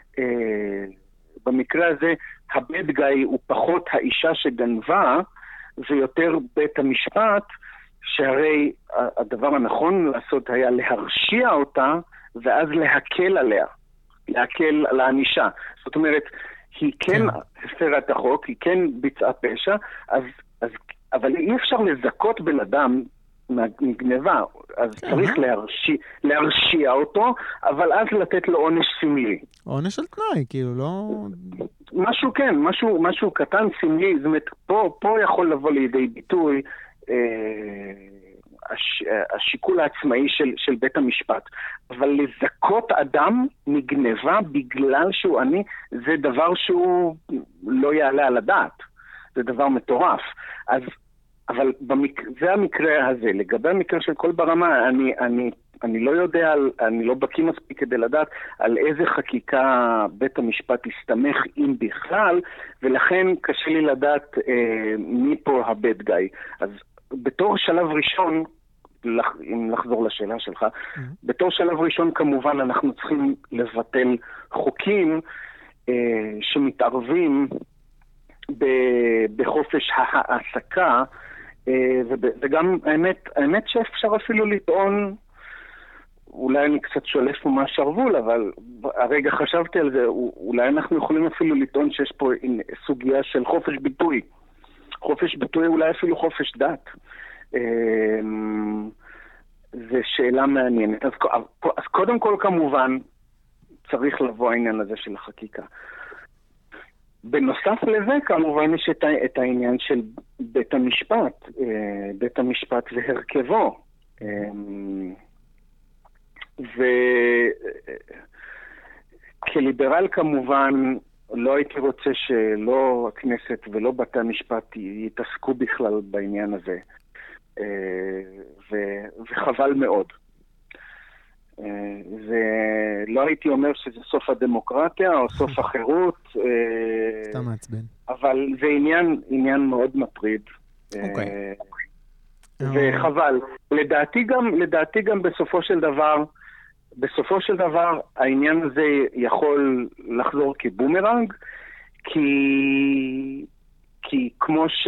במקרה הזה, הבד גאי הוא פחות האישה שגנבה, ויותר בית המשפט, שהרי הדבר הנכון לעשות היה להרשיע אותה, ואז להקל עליה, להקל על האנישה. זאת אומרת, היא כן הפרה את החוק, היא כן ביצעה פשע, אז, אז, אבל אי אפשר לזכות בן אדם מגניבה, אז צריך להרשיע, להרשיע אותו, אבל אז לתת לו עונש סמלי. עונש על תנאי, כאילו, לא... משהו כן, משהו, משהו קטן סמלי, זאת אומרת, פה, פה יכול לבוא לידי ביטוי אה, הש, השיקול העצמאי של, של בית המשפט. אבל לזכות אדם מגניבה בגלל שהוא עני, זה דבר שהוא לא יעלה על הדעת. זה דבר מטורף. אז אבל במק... זה המקרה הזה. לגבי המקרה של כל ברמה, אני, אני, אני לא יודע, אני לא בקיא מספיק כדי לדעת על איזה חקיקה בית המשפט הסתמך אם בכלל, ולכן קשה לי לדעת אה, מי פה הבד גאי. אז בתור שלב ראשון, לח... אם לחזור לשאלה שלך, mm-hmm. בתור שלב ראשון כמובן אנחנו צריכים לבטל חוקים אה, שמתערבים ב... בחופש העסקה, וגם האמת, האמת שאפשר אפילו לטעון, אולי אני קצת שולף פה מהשרוול, אבל הרגע חשבתי על זה, אולי אנחנו יכולים אפילו לטעון שיש פה סוגיה של חופש ביטוי. חופש ביטוי אולי אפילו חופש דת. זה שאלה מעניינת. אז, אז קודם כל כמובן צריך לבוא העניין הזה של החקיקה. בנוסף לזה, כמובן, יש את, את העניין של בית המשפט, בית המשפט והרכבו. וכליברל, כמובן, לא הייתי רוצה שלא הכנסת ולא בתי המשפט יתעסקו בכלל בעניין הזה. ו, וחבל מאוד. ולא הייתי אומר שזה סוף הדמוקרטיה או סוף החירות. סתם מעצבן. אבל זה עניין, עניין מאוד מטריד. אוקיי. וחבל. לדעתי גם, לדעתי גם בסופו של דבר, בסופו של דבר העניין הזה יכול לחזור כבומרנג, כי, כי כמו ש...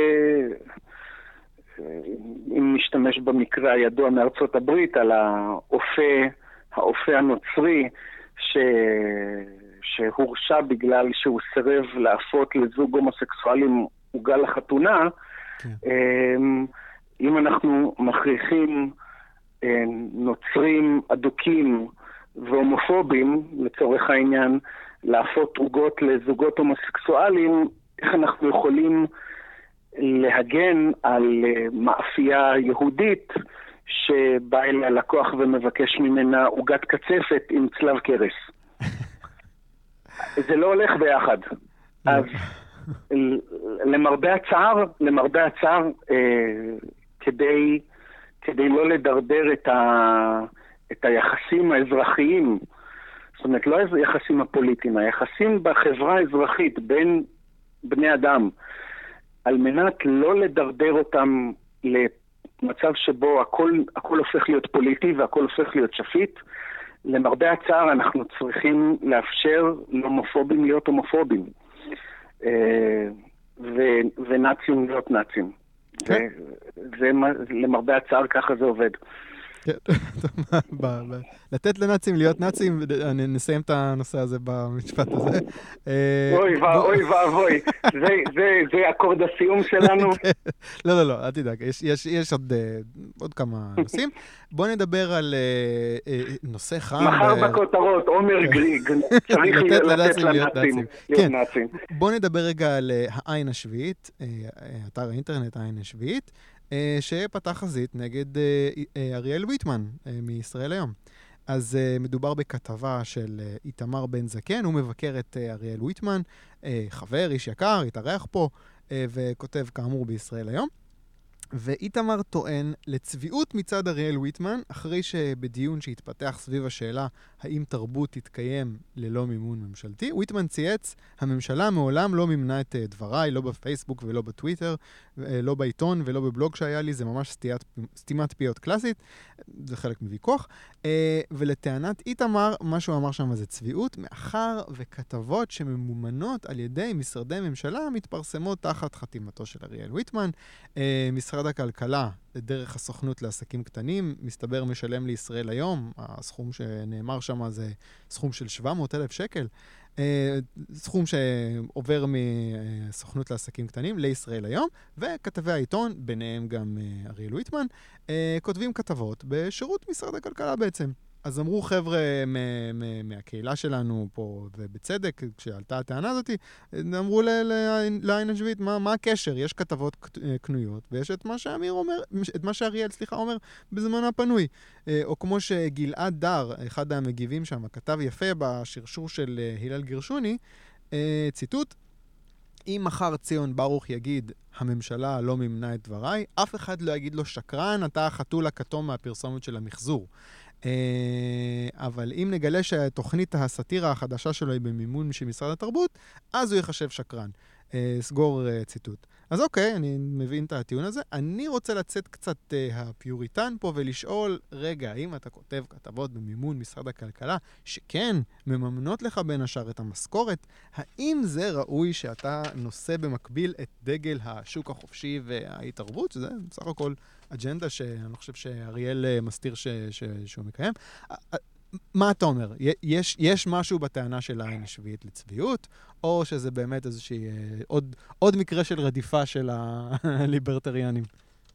אם נשתמש במקרה הידוע מארצות הברית על האופה, האופה הנוצרי ש... שהורשע בגלל שהוא סירב להפות לזוג הומוסקסואלים עוגה לחתונה, כן. אם אנחנו מכריחים נוצרים אדוקים והומופובים, לצורך העניין, להפות עוגות לזוגות הומוסקסואלים, איך אנחנו יכולים להגן על מאפייה יהודית שבא אליה לקוח ומבקש ממנה עוגת קצפת עם צלב קרס. זה לא הולך ביחד. אז למרבה הצער, למרבה הצער, כדי, כדי לא לדרדר את, ה, את היחסים האזרחיים, זאת זאת אומרת, לא היחסים הפוליטיים, היחסים בחברה האזרחית בין בני אדם, על מנת לא לדרדר אותם למצב שבו הכל, הכל הופך להיות פוליטי והכל הופך להיות שפיט. למרבה הצער אנחנו צריכים לאפשר להומופובים להיות הומופובים, ו- ונאצים להיות נאצים. זה, זה, למרבה הצער ככה זה עובד. לתת לנאצים להיות נאצים, נסיים את הנושא הזה במשפט הזה. אוי ואוי ואבוי, זה אקורד הסיום שלנו. לא, לא, לא, אל תדאג, יש עוד כמה נושאים. בוא נדבר על נושא חם. מחר בכותרות, עומר גריג, צריך לתת לנאצים להיות נאצים. בוא נדבר רגע על העין השביעית, אתר האינטרנט העין השביעית, שפתח חזית נגד אריאל ויטמן מישראל היום. אז מדובר בכתבה של איתמר בן זקן, הוא מבקר את אריאל ויטמן, חבר, איש יקר, התארח פה, וכותב כאמור בישראל היום. ואיתמר טוען לצביעות מצד אריאל ויטמן, אחרי שבדיון שהתפתח סביב השאלה האם תרבות תתקיים ללא מימון ממשלתי, ויטמן צייץ, הממשלה מעולם לא מימנה את דבריי, לא בפייסבוק ולא בטוויטר, לא בעיתון ולא בבלוג שהיה לי, זה ממש סטיית, סתימת פיות קלאסית, זה חלק מוויכוח. ולטענת איתמר, מה שהוא אמר שם זה צביעות, מאחר וכתבות שממומנות על ידי משרדי ממשלה מתפרסמות תחת חתימתו של אריאל ויטמן. משרד הכלכלה, דרך הסוכנות לעסקים קטנים, מסתבר משלם לישראל היום, הסכום שנאמר שם זה סכום של שבע מאות אלף שקל, סכום שעובר מסוכנות לעסקים קטנים לישראל היום, וכתבי העיתון, ביניהם גם אריאל ויטמן, כותבים כתבות בשירות משרד הכלכלה בעצם. אז אמרו חבר'ה מהקהילה שלנו פה, ובצדק, כשעלתה הטענה הזאת, אמרו לעין השביעית, מה, מה הקשר? יש כתבות קנויות, ויש את מה שאמיר אומר, את מה שאריאל, סליחה, אומר, בזמן הפנוי. או כמו שגלעד דר, אחד המגיבים שם, כתב יפה בשרשור של הלל גרשוני, ציטוט, אם מחר ציון ברוך יגיד, הממשלה לא מימנה את דבריי, אף אחד לא יגיד לו שקרן, אתה החתול הכתום מהפרסומת של המחזור. אבל אם נגלה שהתוכנית הסאטירה החדשה שלו היא במימון של משרד התרבות, אז הוא יחשב שקרן. סגור ציטוט. אז אוקיי, אני מבין את הטיעון הזה. אני רוצה לצאת קצת הפיוריטן פה ולשאול, רגע, האם אתה כותב כתבות במימון משרד הכלכלה, שכן מממנות לך בין השאר את המשכורת, האם זה ראוי שאתה נושא במקביל את דגל השוק החופשי וההתערבות, שזה בסך הכל אג'נדה שאני חושב שאריאל מסתיר ש, ש, שהוא מקיים. מה אתה אומר? יש, יש משהו בטענה של העין השביעית לצביעות, או שזה באמת איזושהי עוד, עוד מקרה של רדיפה של הליברטריאנים?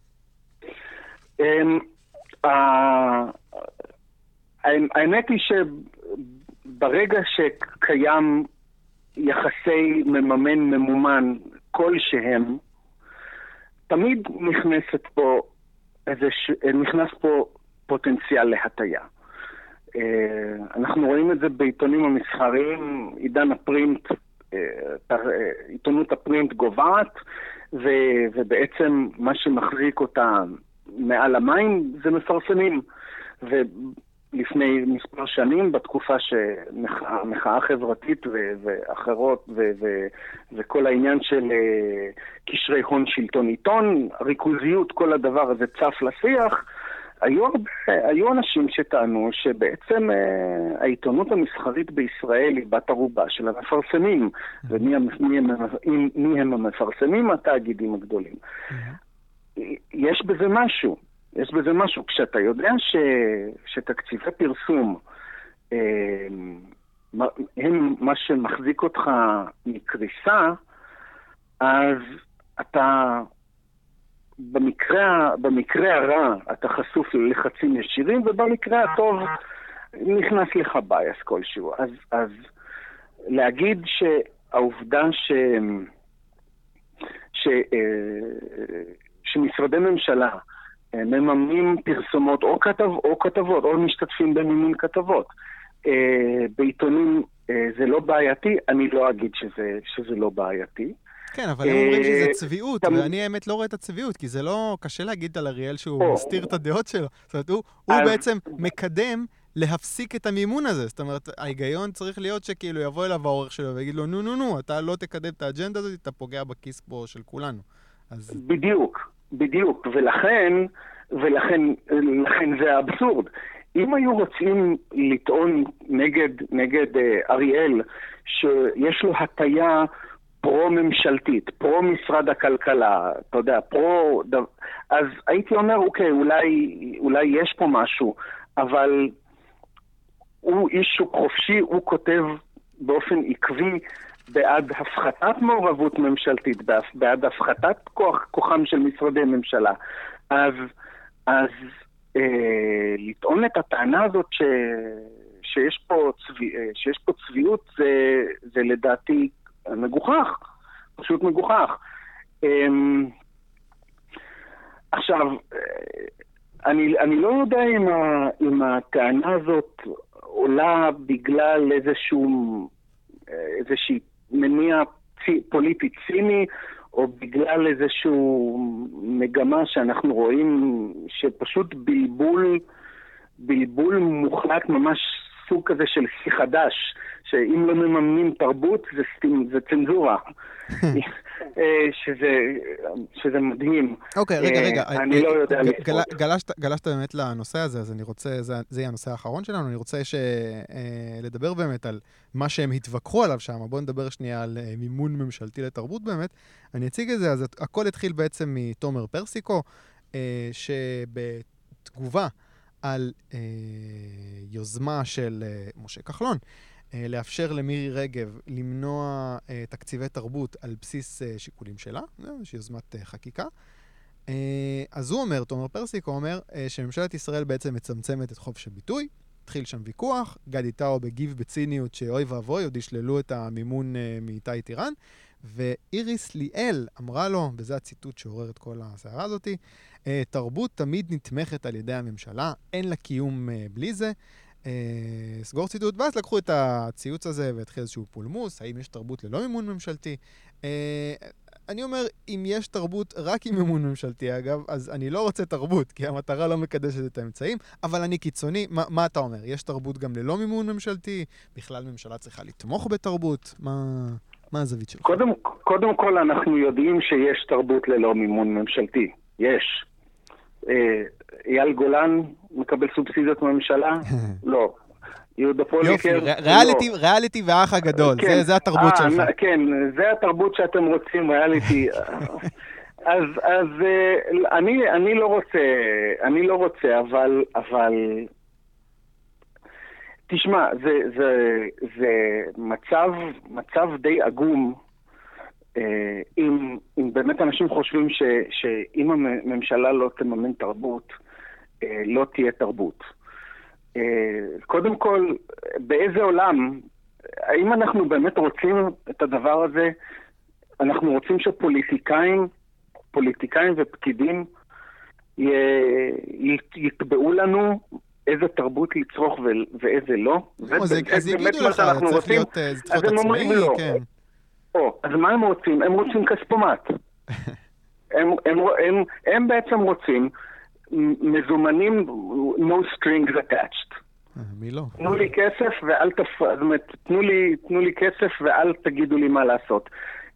האמת היא שברגע שקיים יחסי מממן ממומן כלשהם, תמיד נכנסת פה איזה ש... נכנס פה פוטנציאל להטיה. אנחנו רואים את זה בעיתונים המסחריים, עידן הפרינט, עיתונות הפרינט גובעת, ו... ובעצם מה שמחזיק אותה מעל המים זה מפרסמים. ולפני מספר שנים, בתקופה שמחאה חברתית ו... ואחרות ו... ו... וכל העניין של קשרי הון שלטון עיתון, ריכוזיות, כל הדבר הזה צף לשיח, היו, היו אנשים שטענו שבעצם אה, העיתונות המסחרית בישראל היא בת ערובה של המפרסמים, ומי מי הם, מי הם המפרסמים? התאגידים הגדולים. יש בזה משהו, יש בזה משהו. כשאתה יודע ש, שתקציבי פרסום אה, הם מה שמחזיק אותך מקריסה, אז אתה... במקרה, במקרה הרע אתה חשוף ללחצים ישירים, ובמקרה הטוב נכנס לך בייס כלשהו. אז, אז להגיד שהעובדה ש, ש, שמשרדי ממשלה מממנים פרסומות או, כתב, או כתבות, או משתתפים במימון כתבות, בעיתונים זה לא בעייתי, אני לא אגיד שזה, שזה לא בעייתי. כן, אבל הם אומרים שזה צביעות, ואני האמת לא רואה את הצביעות, כי זה לא קשה להגיד על אריאל שהוא מסתיר את הדעות שלו. זאת אומרת, הוא בעצם מקדם להפסיק את המימון הזה. זאת אומרת, ההיגיון צריך להיות שכאילו יבוא אליו העורך שלו ויגיד לו, נו, נו, נו, אתה לא תקדם את האג'נדה הזאת, אתה פוגע בכיס פה של כולנו. אז... בדיוק, בדיוק. ולכן, ולכן, לכן זה האבסורד. אם היו רוצים לטעון נגד, נגד אה, אריאל, שיש לו הטיה פרו-ממשלתית, פרו-משרד הכלכלה, אתה יודע, פרו... אז הייתי אומר, אוקיי, אולי, אולי יש פה משהו, אבל הוא איש שוק חופשי, הוא כותב באופן עקבי בעד הפחתת מעורבות ממשלתית, בעד הפחתת כוח, כוחם של משרדי ממשלה. אז, אז אה, לטעון את הטענה הזאת ש, שיש פה, צבי, שיש פה צביעות, זה, זה לדעתי מגוחך, פשוט מגוחך. אה, עכשיו, אני, אני לא יודע אם, ה, אם הטענה הזאת עולה בגלל איזשהו, איזושהי מניע צי, פוליטי ציני, או בגלל איזשהו מגמה שאנחנו רואים שפשוט בלבול, בלבול מוחלט, ממש סוג כזה של שיא חדש, שאם לא מממנים תרבות זה, זה צנזורה. שזה, שזה מדהים. אוקיי, רגע, רגע. אני לא יודע לפחות. גלשת באמת לנושא הזה, אז אני רוצה, זה יהיה הנושא האחרון שלנו, אני רוצה לדבר באמת על מה שהם התווכחו עליו שם. בואו נדבר שנייה על מימון ממשלתי לתרבות באמת. אני אציג את זה, אז הכל התחיל בעצם מתומר פרסיקו, שבתגובה על יוזמה של משה כחלון, לאפשר למירי רגב למנוע תקציבי תרבות על בסיס שיקולים שלה, יש יוזמת חקיקה. אז הוא אומר, תומר פרסיקו אומר, שממשלת ישראל בעצם מצמצמת את חופש הביטוי, התחיל שם ויכוח, גדי טאו בגיב בציניות שאוי ואבוי, עוד ישללו את המימון מאיתי טירן, ואיריס ליאל אמרה לו, וזה הציטוט שעורר את כל הסערה הזאת, תרבות תמיד נתמכת על ידי הממשלה, אין לה קיום בלי זה, סגור ציטוט, ואז לקחו את הציוץ הזה והתחיל איזשהו פולמוס, האם יש תרבות ללא מימון ממשלתי. אני אומר, אם יש תרבות רק עם מימון ממשלתי, אגב, אז אני לא רוצה תרבות, כי המטרה לא מקדשת את האמצעים, אבל אני קיצוני. מה, מה אתה אומר? יש תרבות גם ללא מימון ממשלתי? בכלל ממשלה צריכה לתמוך בתרבות? מה, מה הזווית שלך? קודם, קודם כל אנחנו יודעים שיש תרבות ללא מימון ממשלתי. יש. אייל גולן מקבל סובסידיות מהממשלה? לא. יהודה פוליקר? יופי, ריאליטי, ריאליטי והאח הגדול, זה, זה התרבות שלך. כן, זה התרבות שאתם רוצים, ריאליטי. אז, אז אני, אני לא רוצה, אני לא רוצה, אבל, אבל, תשמע, זה, זה, זה מצב, מצב די עגום, אם, אם באמת אנשים חושבים ש, שאם הממשלה לא תממן תרבות, לא תהיה תרבות. קודם כל, באיזה עולם, האם אנחנו באמת רוצים את הדבר הזה? אנחנו רוצים שפוליטיקאים, פוליטיקאים ופקידים יתבעו לנו איזה תרבות לצרוך ואיזה לא? אז יגידו לך, צריך להיות עצמאי, כן. או, אז מה הם רוצים? הם רוצים כספומט. הם, הם, הם, הם בעצם רוצים מזומנים no strings attached. מי לא? תנו לי כסף ואל תפ... זאת אומרת, תנו לי, תנו לי כסף ואל תגידו לי מה לעשות.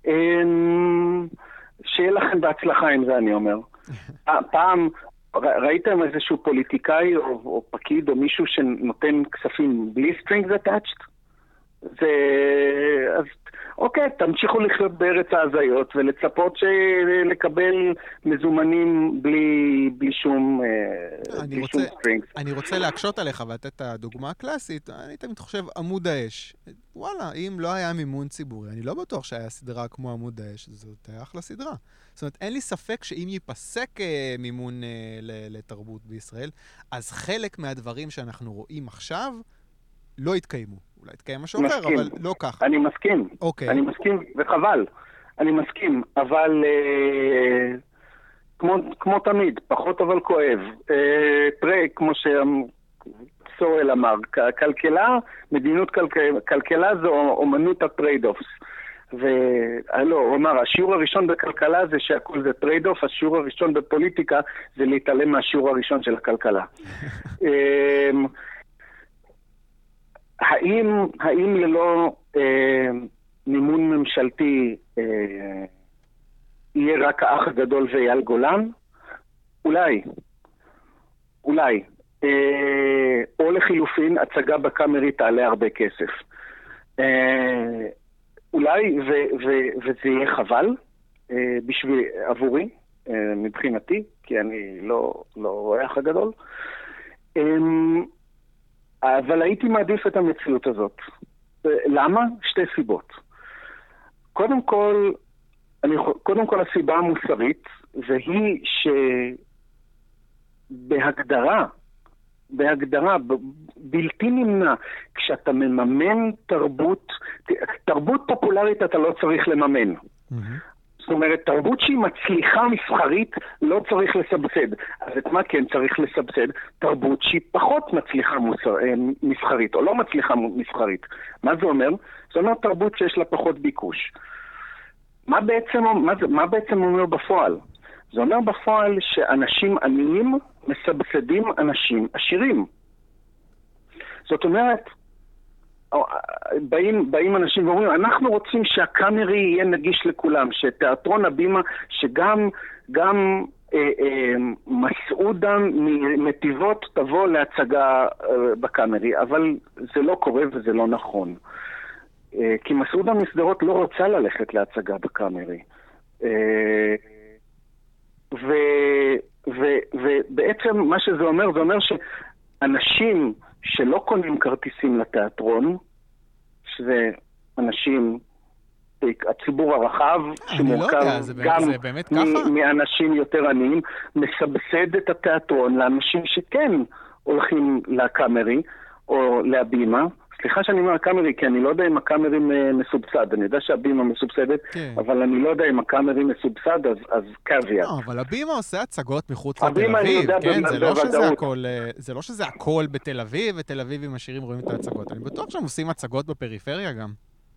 שיהיה לכם בהצלחה עם זה, אני אומר. פעם ראיתם איזשהו פוליטיקאי או, או פקיד או מישהו שנותן כספים בלי strings attached? זה... אז אוקיי, תמשיכו לחיות בארץ ההזיות ולצפות לקבל מזומנים בלי, בלי שום, אני בלי רוצה, שום סטרינגס. אני רוצה להקשות עליך ולתת את הדוגמה הקלאסית. אני תמיד חושב עמוד האש. וואלה, אם לא היה מימון ציבורי, אני לא בטוח שהיה סדרה כמו עמוד האש, זאת היה אחלה סדרה. זאת אומרת, אין לי ספק שאם ייפסק מימון לתרבות בישראל, אז חלק מהדברים שאנחנו רואים עכשיו לא יתקיימו. אולי יתקיים משהו אחר, אבל לא ככה. אני מסכים. אוקיי. אני מסכים, וחבל. אני מסכים, אבל אה, כמו, כמו תמיד, פחות אבל כואב. אה, פרי, כמו שסורל אמר, כלכלה, מדיניות כלכלה, כלכלה זו אומנות הטרייד-אופס. ולא, הוא אמר, השיעור הראשון בכלכלה זה שהכל זה טרייד-אוף, השיעור הראשון בפוליטיקה זה להתעלם מהשיעור הראשון של הכלכלה. האם, האם ללא אה, מימון ממשלתי אה, יהיה רק האח הגדול ואייל גולן? אולי. אולי. אה, או לחילופין, הצגה בקאמרי תעלה הרבה כסף. אה, אולי, ו- ו- וזה יהיה חבל אה, בשביל, עבורי, אה, מבחינתי, כי אני לא, לא רואה אח הגדול. אה, אבל הייתי מעדיף את המציאות הזאת. למה? שתי סיבות. קודם כל, אני, קודם כל הסיבה המוסרית, והיא שבהגדרה, בהגדרה, בלתי נמנע, כשאתה מממן תרבות, תרבות פופולרית אתה לא צריך לממן. Mm-hmm. זאת אומרת, תרבות שהיא מצליחה מסחרית, לא צריך לסבסד. אז את מה כן צריך לסבסד? תרבות שהיא פחות מצליחה מוסר, מסחרית, או לא מצליחה מסחרית. מה זה אומר? זה אומר תרבות שיש לה פחות ביקוש. מה בעצם, מה, מה בעצם אומר בפועל? זה אומר בפועל שאנשים עניים מסבסדים אנשים עשירים. זאת אומרת, באים, באים אנשים ואומרים, אנחנו רוצים שהקאמרי יהיה נגיש לכולם, שתיאטרון הבימה, שגם גם אה, אה, מסעודה מנתיבות תבוא להצגה אה, בקאמרי, אבל זה לא קורה וזה לא נכון. אה, כי מסעודה מסדרות לא רוצה ללכת להצגה בקאמרי. אה, ו, ו, ובעצם מה שזה אומר, זה אומר שאנשים שלא קונים כרטיסים לתיאטרון, שזה אנשים, הציבור הרחב, שמורכב לא זה גם זה באמת ככה? מאנשים יותר עניים, מסבסד את התיאטרון לאנשים שכן הולכים לקאמרי או להבימה. סליחה שאני אומר הקאמרי, כי אני לא יודע אם הקאמרי מסובסד. אני יודע שהבימה מסובסדת, כן. אבל אני לא יודע אם הקאמרי מסובסד, אז, אז קוויה. לא, אבל הבימה עושה הצגות מחוץ לתל אביב, כן? זה לא, שזה הכל, זה לא שזה הכל בתל אביב, ותל אביבים עשירים רואים את ההצגות. אני בטוח שהם עושים הצגות בפריפריה גם.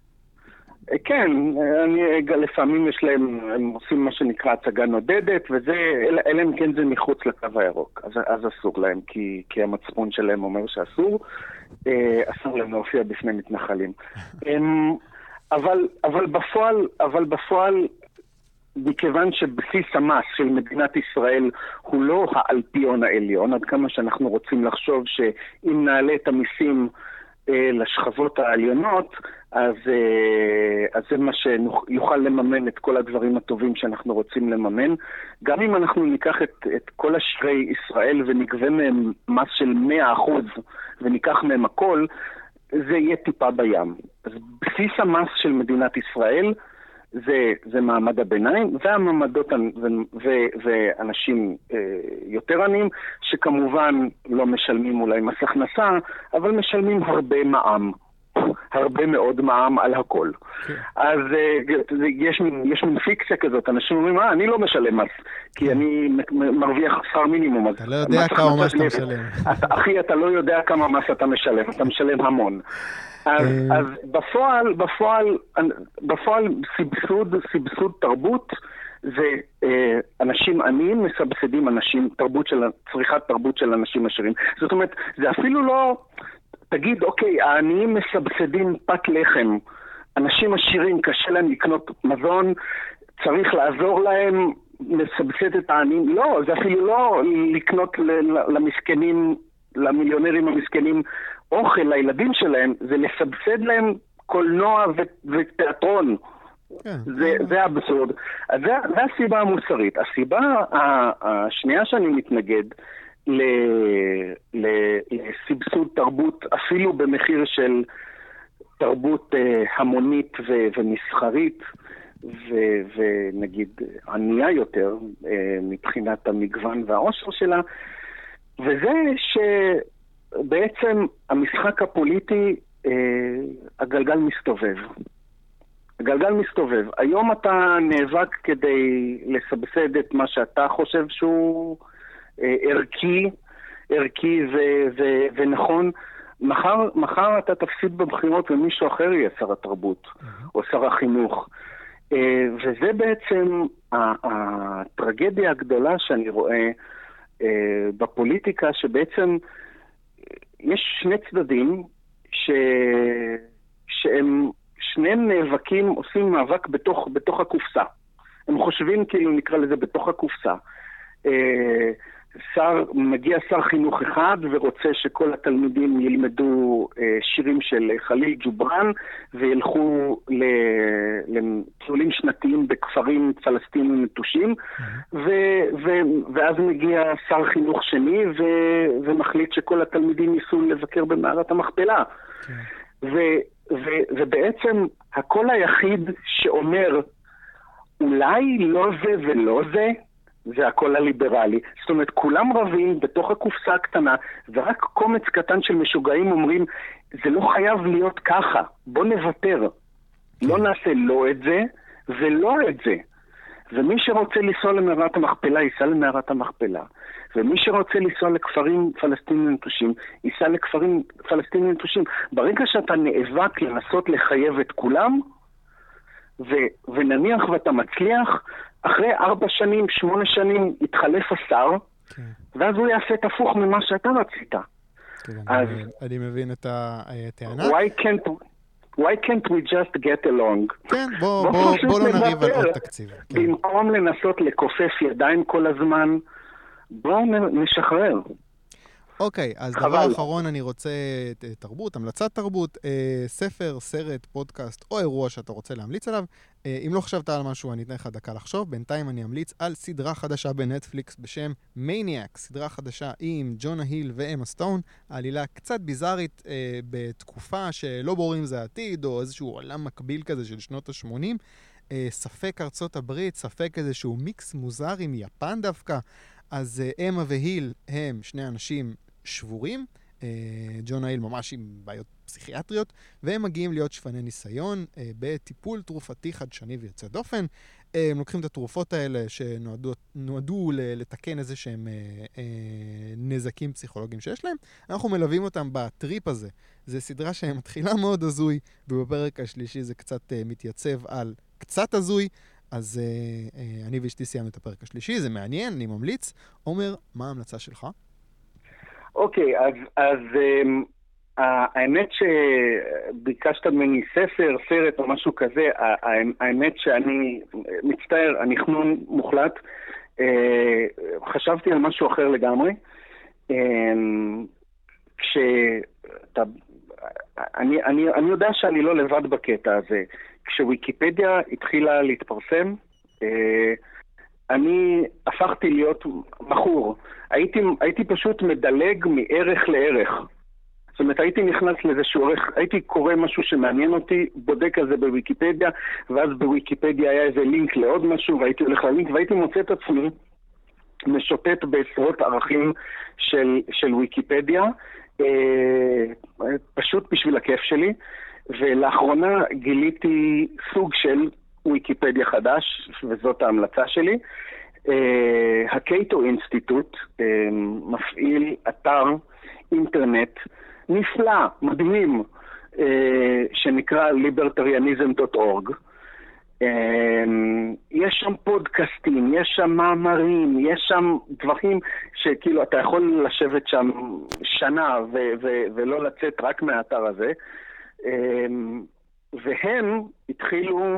כן, אני, לפעמים יש להם, הם עושים מה שנקרא הצגה נודדת, וזה, אלה אם כן זה מחוץ לקו הירוק, אז, אז אסור להם, כי, כי המצפון שלהם אומר שאסור, אה, אסור להם להופיע בפני מתנחלים. אבל, אבל בפועל, אבל בפועל, מכיוון שבסיס המס של מדינת ישראל הוא לא האלפיון העליון, עד כמה שאנחנו רוצים לחשוב שאם נעלה את המיסים לשכבות העליונות, אז, אז זה מה שיוכל לממן את כל הדברים הטובים שאנחנו רוצים לממן. גם אם אנחנו ניקח את, את כל עשירי ישראל ונגבה מהם מס של מאה אחוז וניקח מהם הכל, זה יהיה טיפה בים. אז בסיס המס של מדינת ישראל זה, זה מעמד הביניים, והמעמדות ו, ו, ואנשים אה, יותר עניים, שכמובן לא משלמים אולי מס הכנסה, אבל משלמים הרבה מע"מ. הרבה מאוד מע"מ על הכל. Okay. אז אה, יש, יש מין פיקציה כזאת, אנשים אומרים, אה, אני לא משלם מס, כי okay. אני מרוויח שכר מינימום. אתה לא יודע כמה מס אתה משלם. אחי, אתה לא יודע כמה מס אתה משלם, אתה משלם המון. אז, אז בפועל, בפועל, בפועל סבסוד, סבסוד תרבות, זה אה, אנשים עניים מסבסדים אנשים, תרבות של, צריכת תרבות של אנשים עשירים. זאת אומרת, זה אפילו לא, תגיד, אוקיי, העניים מסבסדים פת לחם, אנשים עשירים קשה להם לקנות מזון, צריך לעזור להם, מסבסד את העניים, לא, זה אפילו לא לקנות למסכנים, למיליונרים המסכנים, אוכל לילדים שלהם, זה לסבסד להם קולנוע ו- ותיאטרון. כן. זה, זה אבסורד. אז זה, זה הסיבה המוסרית. הסיבה השנייה שאני מתנגד ל- ל- לסבסוד תרבות, אפילו במחיר של תרבות אה, המונית ו- ומסחרית, ו- ונגיד ענייה יותר אה, מבחינת המגוון והעושר שלה, וזה ש... בעצם המשחק הפוליטי, אה, הגלגל מסתובב. הגלגל מסתובב. היום אתה נאבק כדי לסבסד את מה שאתה חושב שהוא אה, ערכי, ערכי ו- ו- ונכון. מחר, מחר אתה תפסיד בבחירות ומישהו אחר יהיה שר התרבות, mm-hmm. או שר החינוך. אה, וזה בעצם הטרגדיה הגדולה שאני רואה אה, בפוליטיקה, שבעצם יש שני צדדים ש... שהם שניהם נאבקים, עושים מאבק בתוך, בתוך הקופסה. הם חושבים כאילו נקרא לזה בתוך הקופסה. שר, מגיע שר חינוך אחד ורוצה שכל התלמידים ילמדו שירים של חליל ג'ובראן וילכו לטיולים שנתיים בכפרים פלסטינים נטושים, ו- ו- ואז מגיע שר חינוך שני ו- ומחליט שכל התלמידים ייסעו לבקר במערת המכפלה. ו- ו- ובעצם הקול היחיד שאומר אולי לא זה ולא זה, זה הקול הליברלי. זאת אומרת, כולם רבים בתוך הקופסה הקטנה, ורק קומץ קטן של משוגעים אומרים, זה לא חייב להיות ככה, בוא נוותר. לא נעשה לא את זה, ולא את זה. ומי שרוצה לנסוע למערת המכפלה, ייסע למערת המכפלה. ומי שרוצה לנסוע לכפרים פלסטינים נטושים, ייסע לכפרים פלסטינים נטושים. ברגע שאתה נאבק לנסות לחייב את כולם, ו- ונניח ואתה מצליח, אחרי ארבע שנים, שמונה שנים, יתחלף השר, כן. ואז הוא יעשה את הפוך ממה שאתה רצית. כן, אז, אני, אני מבין את הטענה. Why can't, why can't we just get along? כן, בוא, בוא, בוא, בוא לא נריב על עוד תקציב. כן. במקום לנסות לכופף ידיים כל הזמן, בואו נשחרר. אוקיי, אז חבל. דבר אחרון, אני רוצה תרבות, המלצת תרבות, אה, ספר, סרט, פודקאסט או אירוע שאתה רוצה להמליץ עליו. אה, אם לא חשבת על משהו, אני אתן לך דקה לחשוב. בינתיים אני אמליץ על סדרה חדשה בנטפליקס בשם Maniac, סדרה חדשה עם ג'ונה היל ואמה סטון. העלילה קצת ביזארית אה, בתקופה שלא ברור אם זה העתיד או איזשהו עולם מקביל כזה של שנות ה-שמונים. אה, ספק ארצות הברית, ספק איזשהו מיקס מוזר עם יפן דווקא. אז אה, אמה והיל הם שני אנשים שבורים, ג'ון הייל ממש עם בעיות פסיכיאטריות, והם מגיעים להיות שפני ניסיון בטיפול תרופתי חדשני ויוצא דופן. הם לוקחים את התרופות האלה שנועדו לתקן איזה שהם נזקים פסיכולוגיים שיש להם. אנחנו מלווים אותם בטריפ הזה. זו סדרה שמתחילה מאוד הזוי, ובפרק השלישי זה קצת מתייצב על קצת הזוי, אז אני ואשתי סיימנו את הפרק השלישי, זה מעניין, אני ממליץ. עומר, מה ההמלצה שלך? אוקיי, אז, אז um, האמת שביקשת ממני ספר, סרט או משהו כזה, האמת שאני מצטער, אני חנון מוחלט, uh, חשבתי על משהו אחר לגמרי, um, כשאתה, אני, אני, אני יודע שאני לא לבד בקטע הזה, כשוויקיפדיה התחילה להתפרסם, uh, אני הפכתי להיות בחור. הייתי, הייתי פשוט מדלג מערך לערך. זאת אומרת, הייתי נכנס לאיזשהו ערך, הייתי קורא משהו שמעניין אותי, בודק על זה בוויקיפדיה, ואז בוויקיפדיה היה איזה לינק לעוד משהו, והייתי הולך ללינק, והייתי מוצא את עצמי משוטט בעשרות ערכים של, של וויקיפדיה, אה, פשוט בשביל הכיף שלי, ולאחרונה גיליתי סוג של וויקיפדיה חדש, וזאת ההמלצה שלי. Uh, הקייטו אינסטיטוט uh, מפעיל אתר אינטרנט נפלא, מדהים, uh, שנקרא ליברטריאניזם דוט אורג. Uh, יש שם פודקאסטים, יש שם מאמרים, יש שם דברים שכאילו אתה יכול לשבת שם שנה ו- ו- ולא לצאת רק מהאתר הזה. Uh, והם התחילו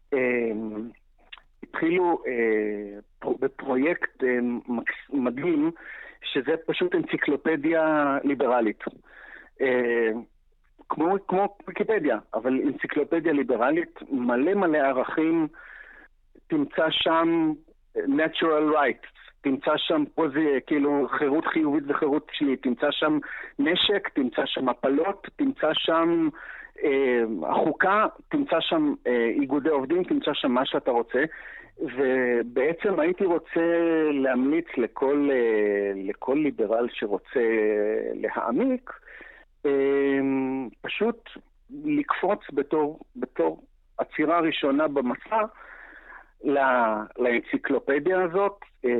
התחילו בפרויקט מדהים, שזה פשוט אנציקלופדיה ליברלית. כמו, כמו ויקיפדיה, אבל אנציקלופדיה ליברלית, מלא מלא ערכים, תמצא שם natural rights, תמצא שם פה זה כאילו חירות חיובית וחירות שלילית, תמצא שם נשק, תמצא שם הפלות, תמצא שם החוקה, תמצא שם איגודי עובדים, תמצא שם מה שאתה רוצה, ובעצם הייתי רוצה להמליץ לכל, לכל ליברל שרוצה להעמיק, פשוט לקפוץ בתור, בתור הצירה הראשונה במסע לאנציקלופדיה הזאת.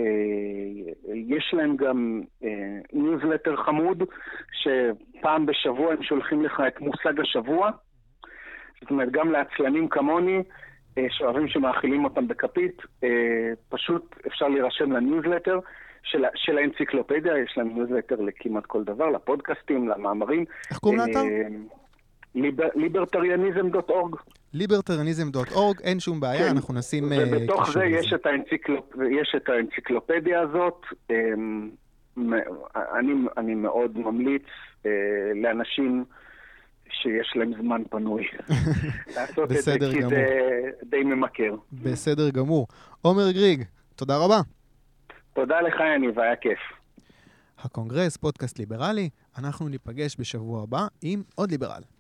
יש להם גם ניוזלטר חמוד, שפעם בשבוע הם שולחים לך את מושג השבוע. זאת אומרת, גם לעצלנים כמוני, שאוהבים שמאכילים אותם בכפית, פשוט אפשר להירשם לניוזלטר של, של האנציקלופדיה. יש להם ניוזלטר לכמעט כל דבר, לפודקאסטים, למאמרים. איך קוראים לאתר? ליברטריאניזם דוט אורג. ליברטריאניזם דוט אורג, אין שום בעיה, כן. אנחנו נשים ובתוך קישור זה לזה. יש את, האנציקלופ... יש את האנציקלופדיה הזאת. אמ, אני, אני מאוד ממליץ אה, לאנשים שיש להם זמן פנוי לעשות את זה, כי זה די ממכר. בסדר גמור. עומר גריג, תודה רבה. תודה לך, יניב, היה כיף. הקונגרס, פודקאסט ליברלי, אנחנו ניפגש בשבוע הבא עם עוד ליברל.